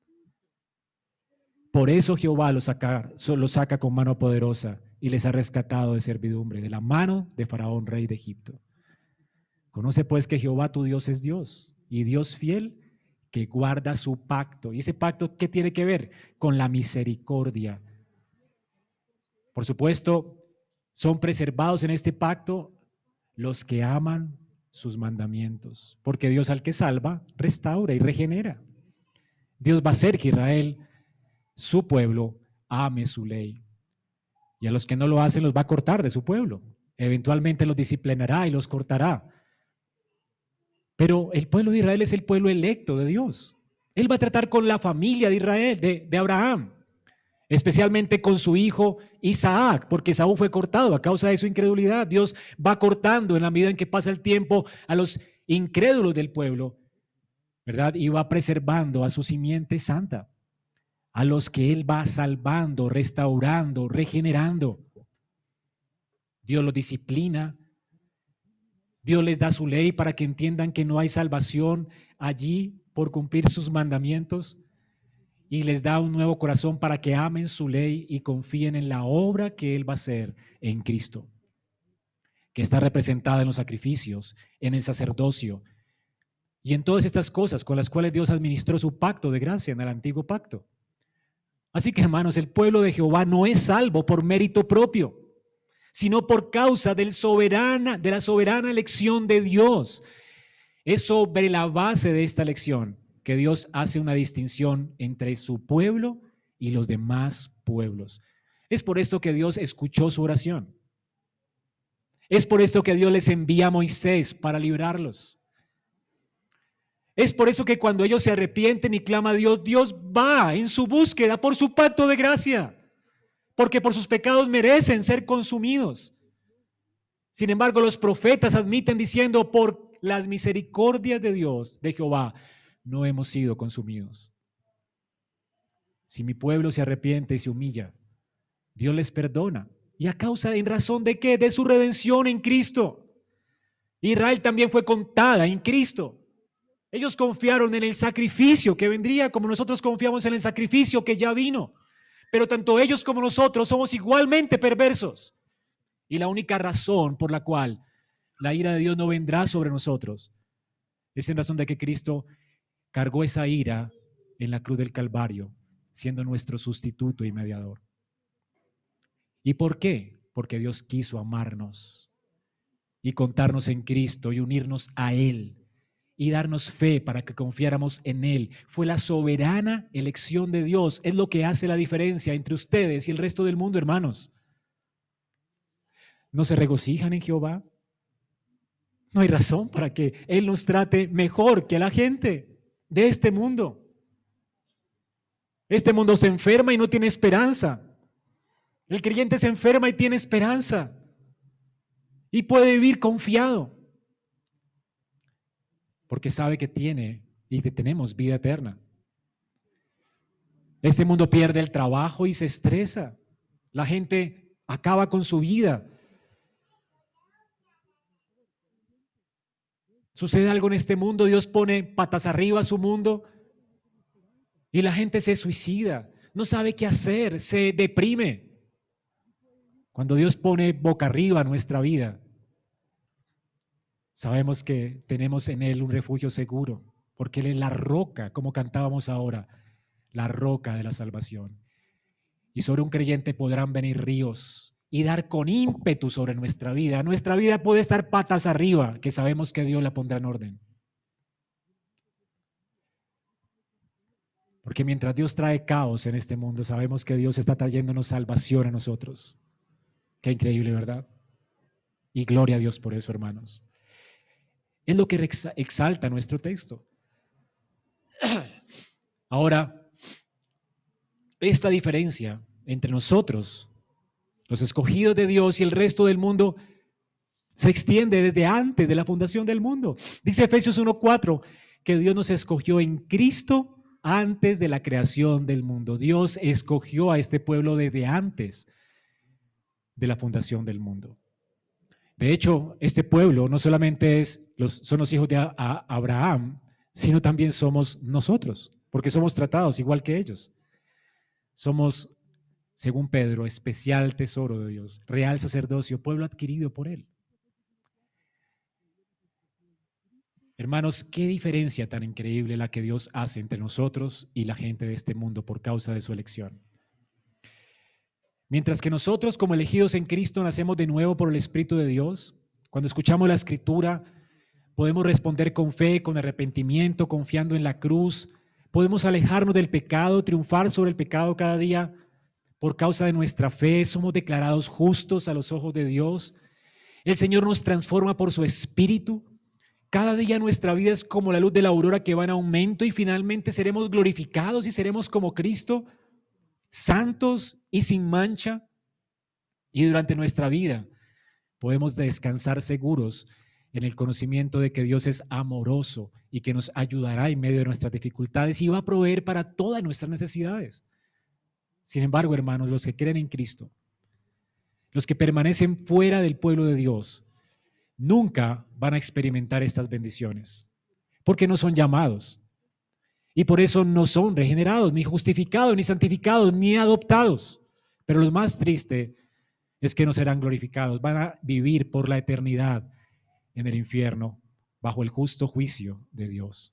Por eso Jehová los saca, los saca con mano poderosa y les ha rescatado de servidumbre, de la mano de Faraón, rey de Egipto. Conoce pues que Jehová tu Dios es Dios, y Dios fiel, que guarda su pacto. ¿Y ese pacto qué tiene que ver? Con la misericordia. Por supuesto, son preservados en este pacto los que aman sus mandamientos, porque Dios al que salva, restaura y regenera. Dios va a hacer que Israel, su pueblo, ame su ley. Y a los que no lo hacen los va a cortar de su pueblo. Eventualmente los disciplinará y los cortará. Pero el pueblo de Israel es el pueblo electo de Dios. Él va a tratar con la familia de Israel, de, de Abraham, especialmente con su hijo Isaac, porque Esaú fue cortado a causa de su incredulidad. Dios va cortando en la medida en que pasa el tiempo a los incrédulos del pueblo, ¿verdad? Y va preservando a su simiente santa, a los que Él va salvando, restaurando, regenerando. Dios los disciplina. Dios les da su ley para que entiendan que no hay salvación allí por cumplir sus mandamientos, y les da un nuevo corazón para que amen su ley y confíen en la obra que Él va a hacer en Cristo, que está representada en los sacrificios, en el sacerdocio y en todas estas cosas con las cuales Dios administró su pacto de gracia en el antiguo pacto. Así que, hermanos, el pueblo de Jehová no es salvo por mérito propio, sino por causa del soberana, de la soberana elección de Dios. Es sobre la base de esta elección que Dios hace una distinción entre su pueblo y los demás pueblos. Es por esto que Dios escuchó su oración. Es por esto que Dios les envía a Moisés para librarlos. Es por eso que cuando ellos se arrepienten y claman a Dios, Dios va en su búsqueda por su pacto de gracia, porque por sus pecados merecen ser consumidos. Sin embargo, los profetas admiten diciendo, por las misericordias de Dios, de Jehová, no hemos sido consumidos. Si mi pueblo se arrepiente y se humilla, Dios les perdona. ¿Y a causa, en razón de qué? De su redención en Cristo. Israel también fue contada en Cristo. Ellos confiaron en el sacrificio que vendría, como nosotros confiamos en el sacrificio que ya vino. Pero tanto ellos como nosotros somos igualmente perversos. Y la única razón por la cual la ira de Dios no vendrá sobre nosotros es en razón de que Cristo cargó esa ira en la cruz del Calvario, siendo nuestro sustituto y mediador. ¿Y por qué? Porque Dios quiso amarnos y contarnos en Cristo y unirnos a Él y darnos fe para que confiáramos en Él. Fue la soberana elección de Dios. Es lo que hace la diferencia entre ustedes y el resto del mundo, hermanos. ¿No se regocijan en Jehová? No hay razón para que Él nos trate mejor que a la gente de este mundo. Este mundo se enferma y no tiene esperanza. El creyente se enferma y tiene esperanza. Y puede vivir confiado. Porque sabe que tiene y que tenemos vida eterna. Este mundo pierde el trabajo y se estresa. La gente acaba con su vida. Sucede algo en este mundo, Dios pone patas arriba a su mundo y la gente se suicida, no sabe qué hacer, se deprime. Cuando Dios pone boca arriba nuestra vida, sabemos que tenemos en Él un refugio seguro, porque Él es la roca, como cantábamos ahora, la roca de la salvación. Y sobre un creyente podrán venir ríos y dar con ímpetu sobre nuestra vida. Nuestra vida puede estar patas arriba, que sabemos que Dios la pondrá en orden. Porque mientras Dios trae caos en este mundo, sabemos que Dios está trayéndonos salvación a nosotros. Qué increíble, ¿verdad? Y gloria a Dios por eso, hermanos. Es lo que exalta nuestro texto. Ahora, esta diferencia entre nosotros, los escogidos de Dios y el resto del mundo, se extiende desde antes de la fundación del mundo. Dice Efesios uno cuatro que Dios nos escogió en Cristo antes de la creación del mundo. Dios escogió a este pueblo desde antes de la fundación del mundo. De hecho, este pueblo no solamente es los, son los hijos de a, a Abraham, sino también somos nosotros, porque somos tratados igual que ellos. Somos, según Pedro, especial tesoro de Dios, real sacerdocio, pueblo adquirido por Él. Hermanos, qué diferencia tan increíble la que Dios hace entre nosotros y la gente de este mundo por causa de su elección. Mientras que nosotros, como elegidos en Cristo, nacemos de nuevo por el Espíritu de Dios, cuando escuchamos la Escritura, podemos responder con fe, con arrepentimiento, confiando en la cruz, podemos alejarnos del pecado, triunfar sobre el pecado cada día por causa de nuestra fe, somos declarados justos a los ojos de Dios. El Señor nos transforma por su Espíritu. Cada día nuestra vida es como la luz de la aurora que va en aumento y finalmente seremos glorificados y seremos como Cristo, santos y sin mancha. Y durante nuestra vida podemos descansar seguros en el conocimiento de que Dios es amoroso y que nos ayudará en medio de nuestras dificultades y va a proveer para todas nuestras necesidades. Sin embargo, hermanos, los que creen en Cristo, los que permanecen fuera del pueblo de Dios, nunca van a experimentar estas bendiciones, porque no son llamados. Y por eso no son regenerados, ni justificados, ni santificados, ni adoptados. Pero lo más triste es que no serán glorificados, van a vivir por la eternidad en el infierno, bajo el justo juicio de Dios.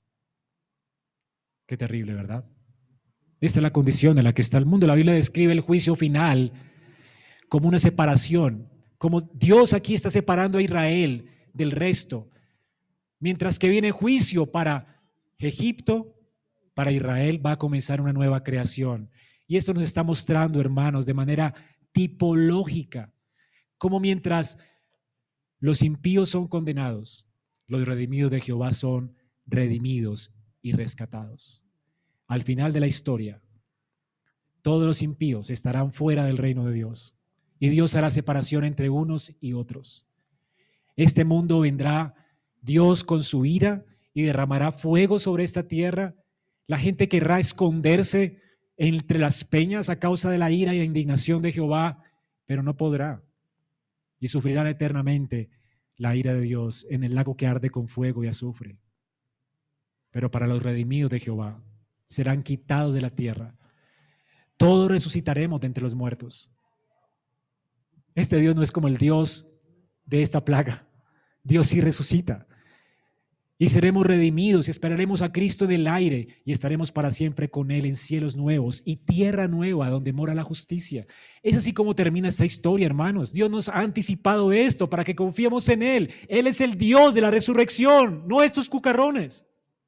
Qué terrible, ¿verdad? Esta es la condición en la que está el mundo. La Biblia describe el juicio final como una separación, como Dios aquí está separando a Israel del resto, mientras que viene juicio para Egipto, para Israel va a comenzar una nueva creación. Y esto nos está mostrando, hermanos, de manera tipológica, como mientras los impíos son condenados, los redimidos de Jehová son redimidos y rescatados. Al final de la historia, todos los impíos estarán fuera del reino de Dios y Dios hará separación entre unos y otros. Este mundo vendrá Dios con su ira y derramará fuego sobre esta tierra. La gente querrá esconderse entre las peñas a causa de la ira y la indignación de Jehová, pero no podrá. Y sufrirán eternamente la ira de Dios en el lago que arde con fuego y azufre. pero para los redimidos de Jehová serán quitados de la tierra. Todos resucitaremos de entre los muertos. Este Dios no es como el Dios de esta plaga. Dios sí resucita. Y seremos redimidos y esperaremos a Cristo en el aire y estaremos para siempre con Él en cielos nuevos y tierra nueva donde mora la justicia. Es así como termina esta historia, hermanos. Dios nos ha anticipado esto para que confiemos en Él. Él es el Dios de la resurrección, no estos cucarrones.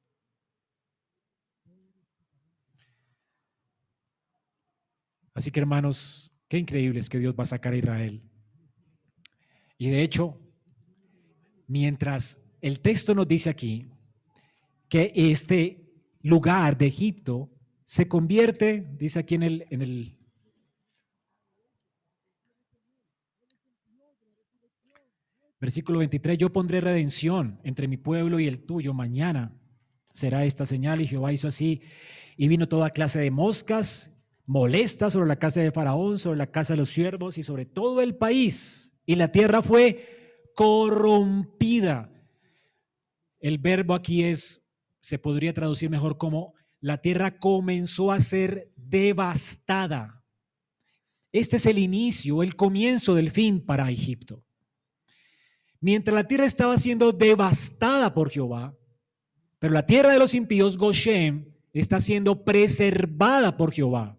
Así que, hermanos, qué increíble es que Dios va a sacar a Israel. Y de hecho, mientras el texto nos dice aquí que este lugar de Egipto se convierte, dice aquí en el, en el versículo veintitrés, yo pondré redención entre mi pueblo y el tuyo, mañana será esta señal, y Jehová hizo así, y vino toda clase de moscas molestas sobre la casa de Faraón, sobre la casa de los siervos y sobre todo el país, y la tierra fue corrompida. El verbo aquí es, se podría traducir mejor como la tierra comenzó a ser devastada. Este es el inicio, el comienzo del fin para Egipto. Mientras la tierra estaba siendo devastada por Jehová, pero la tierra de los impíos, Goshen, está siendo preservada por Jehová.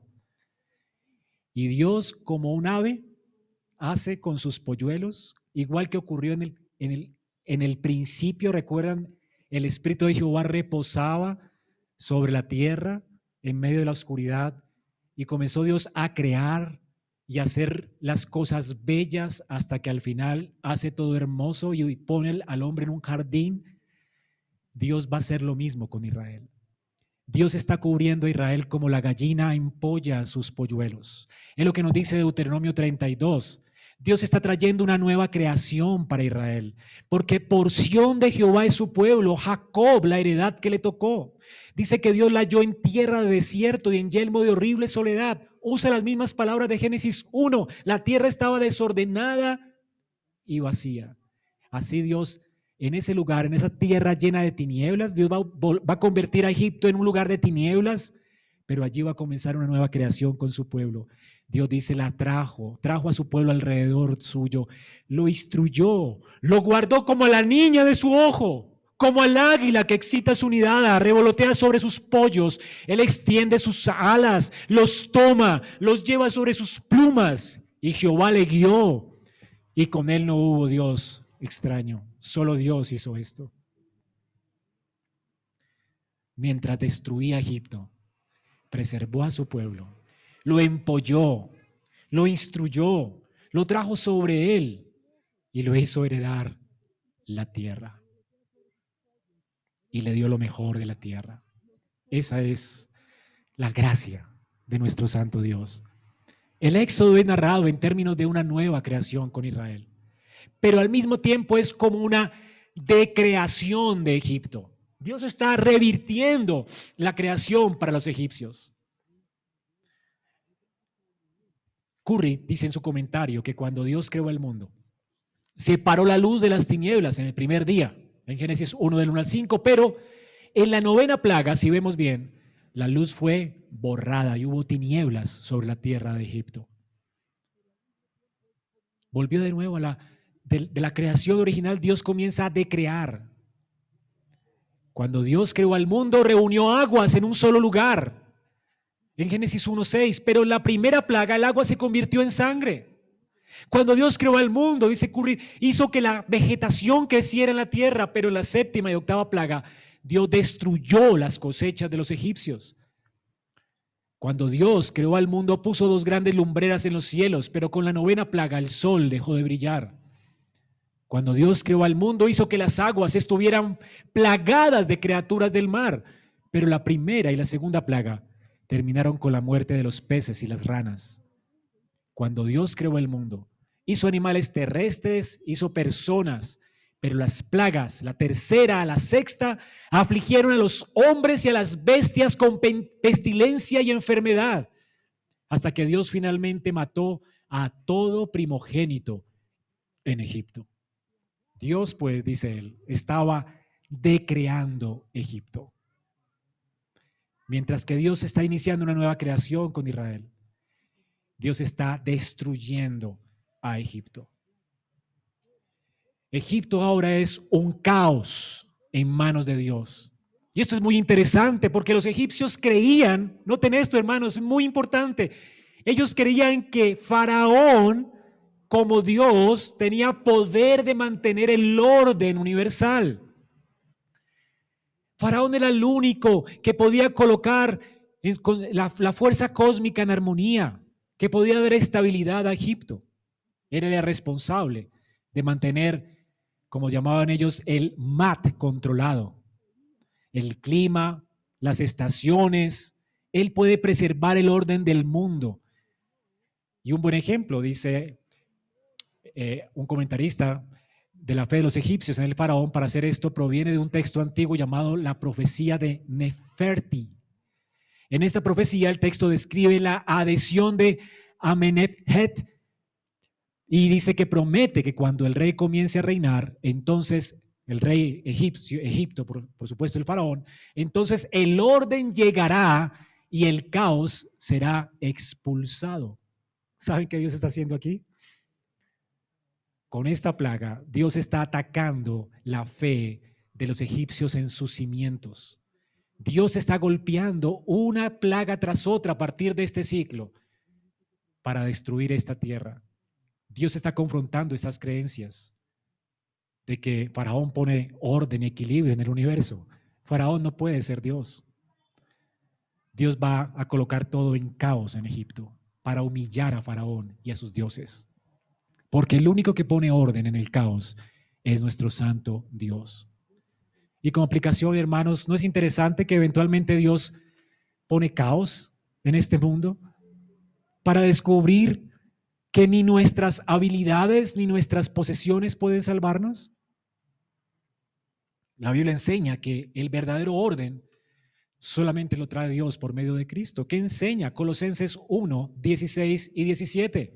Y Dios, como un ave, hace con sus polluelos, igual que ocurrió en el, en el En el principio, recuerdan, el Espíritu de Jehová reposaba sobre la tierra en medio de la oscuridad y comenzó Dios a crear y a hacer las cosas bellas hasta que al final hace todo hermoso y pone al hombre en un jardín. Dios va a hacer lo mismo con Israel. Dios está cubriendo a Israel como la gallina empolla sus polluelos. Es lo que nos dice Deuteronomio treinta y dos. Dios está trayendo una nueva creación para Israel, porque porción de Jehová es su pueblo, Jacob, la heredad que le tocó. Dice que Dios la halló en tierra de desierto y en yelmo de horrible soledad. Usa las mismas palabras de Génesis uno. La tierra estaba desordenada y vacía. Así Dios, en ese lugar, en esa tierra llena de tinieblas, Dios va, va a convertir a Egipto en un lugar de tinieblas, pero allí va a comenzar una nueva creación con su pueblo. Dios dice, la trajo, trajo a su pueblo alrededor suyo, lo instruyó, lo guardó como a la niña de su ojo, como al águila que excita su nidada, revolotea sobre sus pollos, él extiende sus alas, los toma, los lleva sobre sus plumas, y Jehová le guió, y con él no hubo Dios extraño, solo Dios hizo esto. Mientras destruía Egipto, preservó a su pueblo, lo empolló, lo instruyó, lo trajo sobre él y lo hizo heredar la tierra. Y le dio lo mejor de la tierra. Esa es la gracia de nuestro santo Dios. El éxodo es narrado en términos de una nueva creación con Israel, pero al mismo tiempo es como una decreación de Egipto. Dios está revirtiendo la creación para los egipcios. Curry dice en su comentario que cuando Dios creó el mundo, separó la luz de las tinieblas en el primer día, en Génesis uno del uno al cinco, pero en la novena plaga, si vemos bien, la luz fue borrada y hubo tinieblas sobre la tierra de Egipto. Volvió de nuevo a la, de, de la creación original, Dios comienza a decrear. Cuando Dios creó al mundo, reunió aguas en un solo lugar. En Génesis uno seis, pero en la primera plaga el agua se convirtió en sangre. Cuando Dios creó al mundo, dice Curry, hizo que la vegetación creciera en la tierra, pero en la séptima y octava plaga, Dios destruyó las cosechas de los egipcios. Cuando Dios creó al mundo, puso dos grandes lumbreras en los cielos, pero con la novena plaga el sol dejó de brillar. Cuando Dios creó al mundo, hizo que las aguas estuvieran plagadas de criaturas del mar, pero la primera y la segunda plaga terminaron con la muerte de los peces y las ranas. Cuando Dios creó el mundo, hizo animales terrestres, hizo personas, pero las plagas, la tercera a la sexta, afligieron a los hombres y a las bestias con pestilencia y enfermedad, hasta que Dios finalmente mató a todo primogénito en Egipto. Dios, pues, dice él, estaba decreando Egipto. Mientras que Dios está iniciando una nueva creación con Israel, Dios está destruyendo a Egipto. Egipto ahora es un caos en manos de Dios. Y esto es muy interesante porque los egipcios creían, noten esto hermanos, es muy importante, ellos creían que Faraón, como Dios, tenía poder de mantener el orden universal. Faraón era el único que podía colocar la, la fuerza cósmica en armonía, que podía dar estabilidad a Egipto. Era el responsable de mantener, como llamaban ellos, el mat controlado. El clima, las estaciones, él puede preservar el orden del mundo. Y un buen ejemplo, dice eh, un comentarista de la fe de los egipcios en el faraón, para hacer esto proviene de un texto antiguo llamado la profecía de Neferti. En esta profecía el texto describe la adhesión de Amenemhet y dice que promete que cuando el rey comience a reinar, entonces el rey egipcio, Egipto, por, por supuesto el faraón, entonces el orden llegará y el caos será expulsado. ¿Saben qué Dios está haciendo aquí? Con esta plaga, Dios está atacando la fe de los egipcios en sus cimientos. Dios está golpeando una plaga tras otra a partir de este ciclo para destruir esta tierra. Dios está confrontando estas creencias de que Faraón pone orden y equilibrio en el universo. Faraón no puede ser Dios. Dios va a colocar todo en caos en Egipto para humillar a Faraón y a sus dioses. Porque el único que pone orden en el caos es nuestro santo Dios. Y como aplicación, hermanos, ¿no es interesante que eventualmente Dios pone caos en este mundo para descubrir que ni nuestras habilidades ni nuestras posesiones pueden salvarnos? La Biblia enseña que el verdadero orden solamente lo trae Dios por medio de Cristo. ¿Qué enseña? Colosenses uno, dieciséis y diecisiete.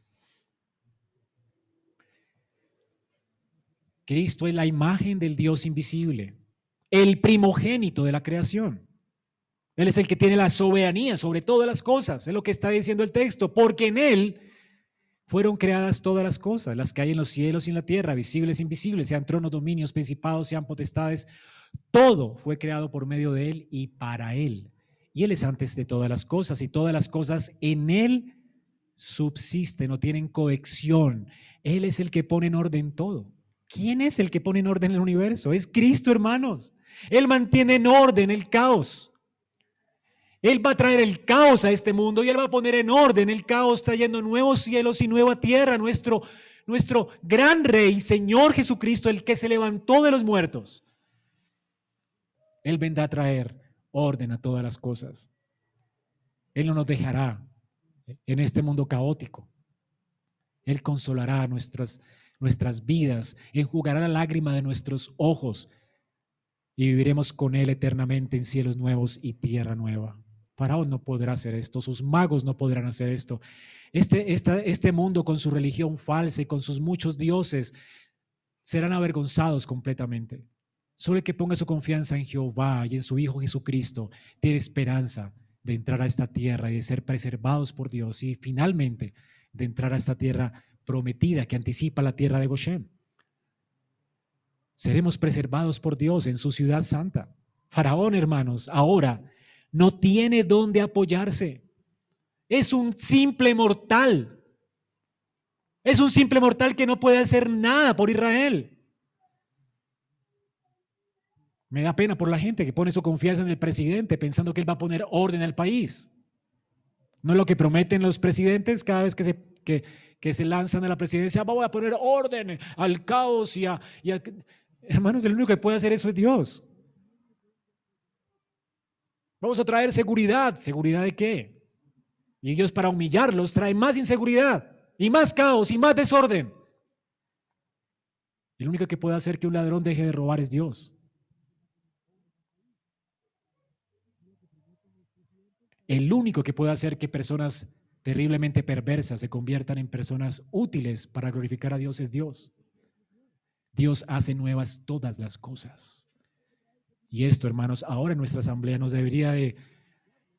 Cristo es la imagen del Dios invisible, el primogénito de la creación. Él es el que tiene la soberanía sobre todas las cosas, es lo que está diciendo el texto, porque en Él fueron creadas todas las cosas, las que hay en los cielos y en la tierra, visibles e invisibles, sean tronos, dominios, principados, sean potestades. Todo fue creado por medio de Él y para Él. Y Él es antes de todas las cosas, y todas las cosas en Él subsisten, no tienen cohesión. Él es el que pone en orden todo. ¿Quién es el que pone en orden el universo? Es Cristo, hermanos. Él mantiene en orden el caos. Él va a traer el caos a este mundo y Él va a poner en orden el caos, trayendo nuevos cielos y nueva tierra. Nuestro, nuestro gran Rey, Señor Jesucristo, el que se levantó de los muertos. Él vendrá a traer orden a todas las cosas. Él no nos dejará en este mundo caótico. Él consolará nuestras nuestras vidas, enjugará la lágrima de nuestros ojos y viviremos con Él eternamente en cielos nuevos y tierra nueva. Faraón no podrá hacer esto, sus magos no podrán hacer esto. Este, esta, este mundo con su religión falsa y con sus muchos dioses serán avergonzados completamente. Solo el que ponga su confianza en Jehová y en su Hijo Jesucristo tiene esperanza de entrar a esta tierra y de ser preservados por Dios y finalmente de entrar a esta tierra prometida que anticipa la tierra de Goshen. Seremos preservados por Dios en su ciudad santa. Faraón, hermanos, ahora no tiene dónde apoyarse. Es un simple mortal. Es un simple mortal que no puede hacer nada por Israel. Me da pena por la gente que pone su confianza en el presidente pensando que él va a poner orden al país. ¿No es lo que prometen los presidentes cada vez que se, que, que se lanzan a la presidencia? Vamos a poner orden al caos y a, y a... Hermanos, el único que puede hacer eso es Dios. Vamos a traer seguridad. ¿Seguridad de qué? Y Dios, para humillarlos, trae más inseguridad y más caos y más desorden. El único que puede hacer que un ladrón deje de robar es Dios. El único que puede hacer que personas terriblemente perversas se conviertan en personas útiles para glorificar a Dios es Dios. Dios hace nuevas todas las cosas. Y esto, hermanos, ahora en nuestra asamblea nos debería de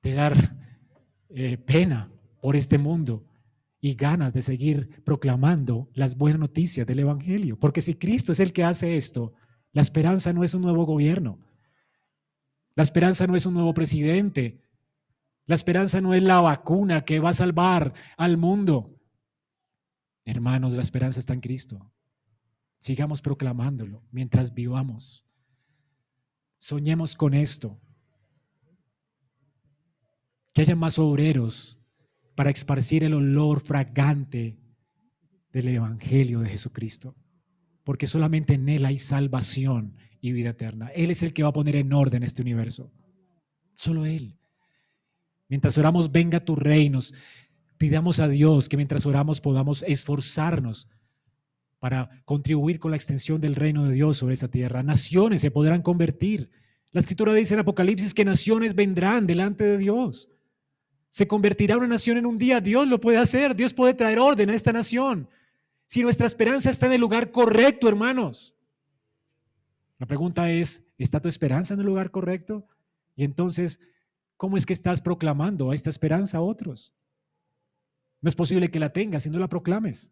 de dar eh, pena por este mundo y ganas de seguir proclamando las buenas noticias del Evangelio. Porque si Cristo es el que hace esto, la esperanza no es un nuevo gobierno, la esperanza no es un nuevo presidente, la esperanza no es la vacuna que va a salvar al mundo. Hermanos, la esperanza está en Cristo. Sigamos proclamándolo mientras vivamos. Soñemos con esto. Que haya más obreros para esparcir el olor fragante del Evangelio de Jesucristo. Porque solamente en Él hay salvación y vida eterna. Él es el que va a poner en orden este universo. Solo Él. Mientras oramos, venga tu reino. Pidamos a Dios que mientras oramos podamos esforzarnos para contribuir con la extensión del reino de Dios sobre esa tierra. Naciones se podrán convertir. La Escritura dice en Apocalipsis que naciones vendrán delante de Dios. Se convertirá una nación en un día. Dios lo puede hacer. Dios puede traer orden a esta nación. Si nuestra esperanza está en el lugar correcto, hermanos. La pregunta es, ¿está tu esperanza en el lugar correcto? Y entonces, ¿cómo es que estás proclamando esta esperanza a otros? No es posible que la tengas si no la proclames.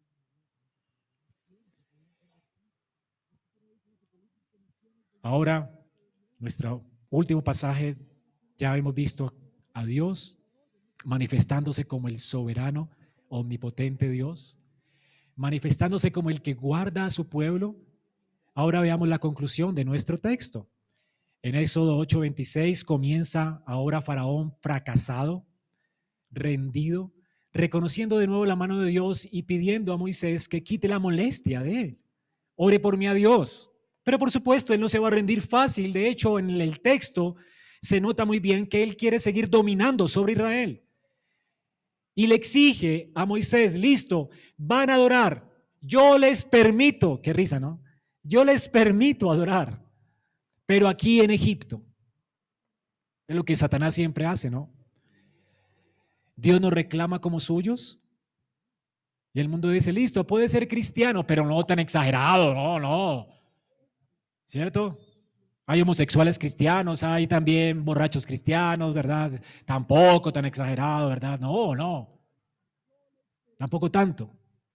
Ahora, nuestro último pasaje, ya hemos visto a Dios manifestándose como el soberano, omnipotente Dios, manifestándose como el que guarda a su pueblo. Ahora veamos la conclusión de nuestro texto. En Éxodo ocho veintiséis comienza ahora Faraón fracasado, rendido, reconociendo de nuevo la mano de Dios y pidiendo a Moisés que quite la molestia de él. Ore por mí a Dios. Pero por supuesto, él no se va a rendir fácil. De hecho, en el texto se nota muy bien que él quiere seguir dominando sobre Israel. Y le exige a Moisés, listo, van a adorar. Yo les permito, qué risa, ¿no? Yo les permito adorar, pero aquí en Egipto. Es lo que Satanás siempre hace, ¿no? Dios nos reclama como suyos. Y el mundo dice, listo, puede ser cristiano, pero no tan exagerado, no, no. ¿Cierto? Hay homosexuales cristianos, hay también borrachos cristianos, ¿verdad? Tampoco tan exagerado, ¿verdad? No, no. Tampoco tanto.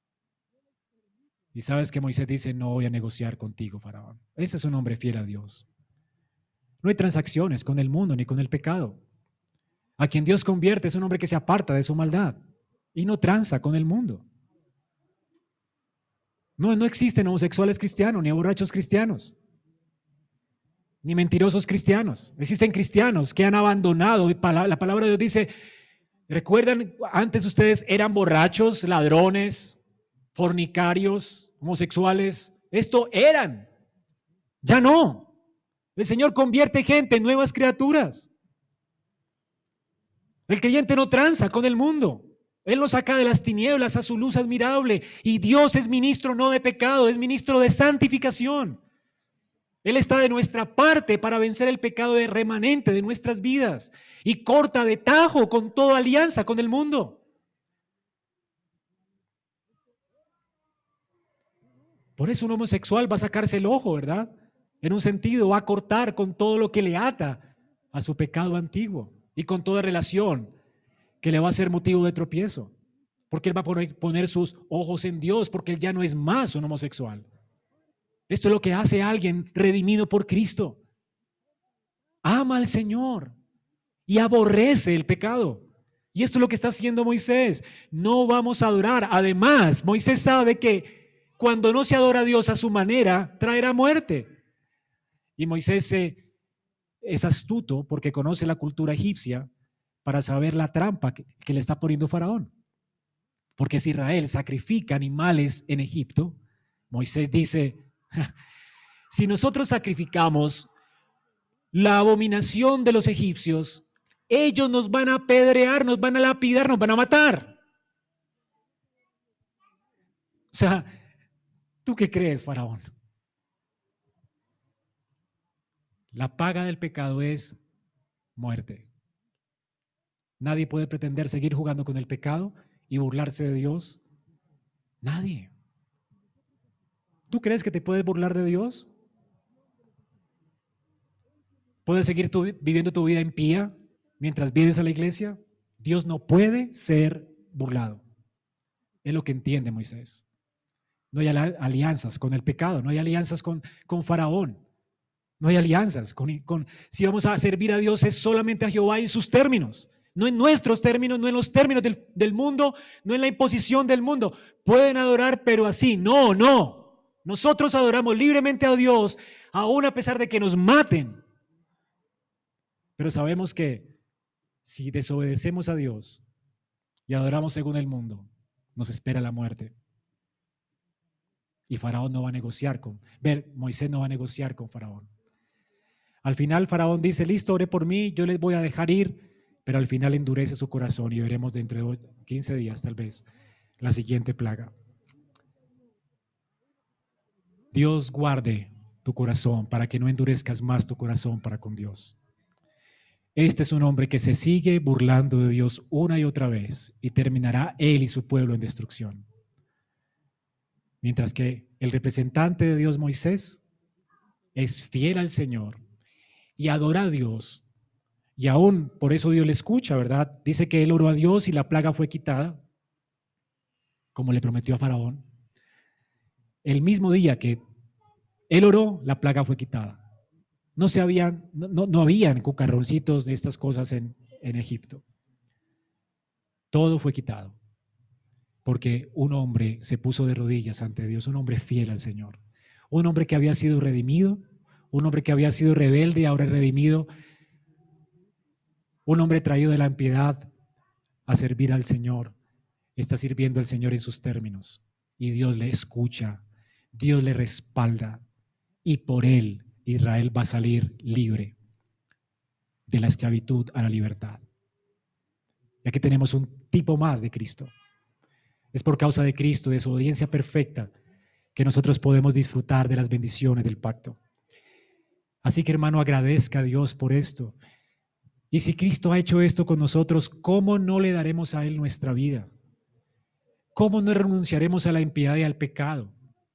Y sabes que Moisés dice, no voy a negociar contigo, Faraón. Ese es un hombre fiel a Dios. No hay transacciones con el mundo ni con el pecado. A quien Dios convierte es un hombre que se aparta de su maldad y no tranza con el mundo. No, no existen homosexuales cristianos, ni borrachos cristianos, ni mentirosos cristianos. Existen cristianos que han abandonado. La palabra de Dios dice, ¿recuerdan? Antes ustedes eran borrachos, ladrones, fornicarios, homosexuales. Esto eran. Ya no. El Señor convierte gente en nuevas criaturas. El creyente no tranza con el mundo. Él nos saca de las tinieblas a su luz admirable. Y Dios es ministro no de pecado, es ministro de santificación. Él está de nuestra parte para vencer el pecado de remanente de nuestras vidas y corta de tajo con toda alianza con el mundo. Por eso un homosexual va a sacarse el ojo, ¿verdad? En un sentido, va a cortar con todo lo que le ata a su pecado antiguo y con toda relación que le va a ser motivo de tropiezo. Porque él va a poner, poner sus ojos en Dios, porque él ya no es más un homosexual. Esto es lo que hace alguien redimido por Cristo. Ama al Señor y aborrece el pecado. Y esto es lo que está haciendo Moisés. No vamos a adorar. Además, Moisés sabe que cuando no se adora a Dios a su manera, traerá muerte. Y Moisés eh, es astuto porque conoce la cultura egipcia para saber la trampa que, que le está poniendo Faraón. Porque si Israel sacrifica animales en Egipto, Moisés dice, si nosotros sacrificamos la abominación de los egipcios, ellos nos van a apedrear, nos van a lapidar, nos van a matar. O sea, ¿tú qué crees, Faraón? La paga del pecado es muerte. Nadie puede pretender seguir jugando con el pecado y burlarse de Dios. Nadie. ¿Tú crees que te puedes burlar de Dios? ¿Puedes seguir tu, viviendo tu vida impía, mientras vienes a la iglesia, Dios no puede ser burlado. Es lo que entiende Moisés. No hay alianzas con el pecado, no hay alianzas con, con Faraón, no hay alianzas con, con... Si vamos a servir a Dios es solamente a Jehová en sus términos, no en nuestros términos, no en los términos del, del mundo, no en la imposición del mundo. Pueden adorar, pero así, no, no. Nosotros adoramos libremente a Dios, aún a pesar de que nos maten. Pero sabemos que si desobedecemos a Dios y adoramos según el mundo, nos espera la muerte. Y Faraón no va a negociar con, ver, Moisés no va a negociar con Faraón. Al final Faraón dice, listo, ore por mí, yo les voy a dejar ir, pero al final endurece su corazón y veremos dentro de quince días tal vez la siguiente plaga. Dios guarde tu corazón para que no endurezcas más tu corazón para con Dios. Este es un hombre que se sigue burlando de Dios una y otra vez y terminará él y su pueblo en destrucción. Mientras que el representante de Dios, Moisés, es fiel al Señor y adora a Dios. Y aún por eso Dios le escucha, ¿verdad? Dice que él oró a Dios y la plaga fue quitada, como le prometió a Faraón. El mismo día que él oró, la plaga fue quitada. No se habían, no, no, no habían cucarroncitos de estas cosas en, en Egipto. Todo fue quitado. Porque un hombre se puso de rodillas ante Dios, un hombre fiel al Señor. Un hombre que había sido redimido, un hombre que había sido rebelde, ahora es redimido. Un hombre traído de la impiedad a servir al Señor. Está sirviendo al Señor en sus términos. Y Dios le escucha, Dios le respalda. Y por él Israel va a salir libre de la esclavitud a la libertad. Y aquí tenemos un tipo más de Cristo. Es por causa de Cristo, de su obediencia perfecta, que nosotros podemos disfrutar de las bendiciones del pacto. Así que, hermano, agradezca a Dios por esto. Y si Cristo ha hecho esto con nosotros, ¿cómo no le daremos a Él nuestra vida? ¿Cómo no renunciaremos a la impiedad y al pecado?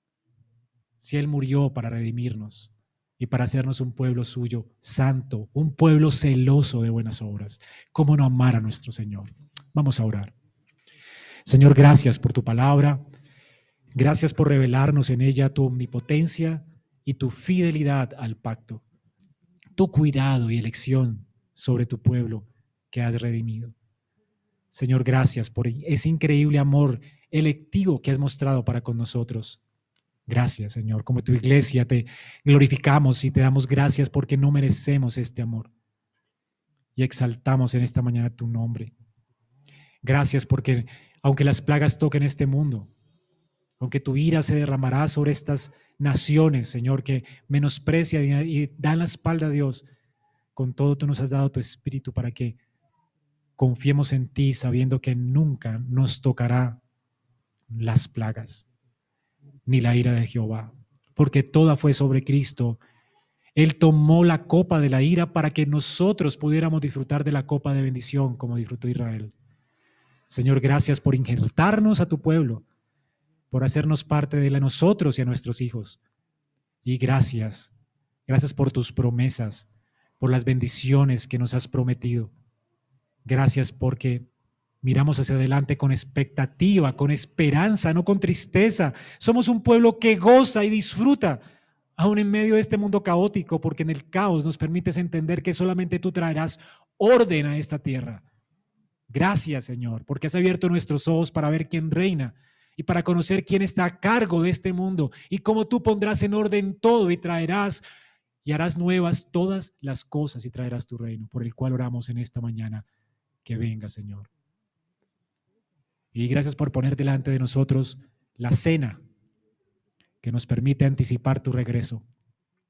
Si Él murió para redimirnos y para hacernos un pueblo suyo santo, un pueblo celoso de buenas obras, ¿cómo no amar a nuestro Señor? Vamos a orar. Señor, gracias por tu palabra, gracias por revelarnos en ella tu omnipotencia y tu fidelidad al pacto, tu cuidado y elección sobre tu pueblo que has redimido. Señor, gracias por ese increíble amor electivo que has mostrado para con nosotros. Gracias, Señor, como tu iglesia te glorificamos y te damos gracias porque no merecemos este amor. Y exaltamos en esta mañana tu nombre. Gracias porque aunque las plagas toquen este mundo, aunque tu ira se derramará sobre estas naciones, Señor, que menosprecian y dan la espalda a Dios, con todo tú nos has dado tu espíritu para que confiemos en ti, sabiendo que nunca nos tocará las plagas, ni la ira de Jehová, porque toda fue sobre Cristo. Él tomó la copa de la ira para que nosotros pudiéramos disfrutar de la copa de bendición como disfrutó Israel. Señor, gracias por injertarnos a tu pueblo, por hacernos parte de él a nosotros y a nuestros hijos. Y gracias, gracias por tus promesas, por las bendiciones que nos has prometido. Gracias porque miramos hacia adelante con expectativa, con esperanza, no con tristeza. Somos un pueblo que goza y disfruta, aún en medio de este mundo caótico, porque en el caos nos permites entender que solamente tú traerás orden a esta tierra. Gracias, Señor, porque has abierto nuestros ojos para ver quién reina y para conocer quién está a cargo de este mundo y cómo tú pondrás en orden todo y traerás y harás nuevas todas las cosas y traerás tu reino, por el cual oramos en esta mañana. Que venga, Señor. Y gracias por poner delante de nosotros la cena que nos permite anticipar tu regreso.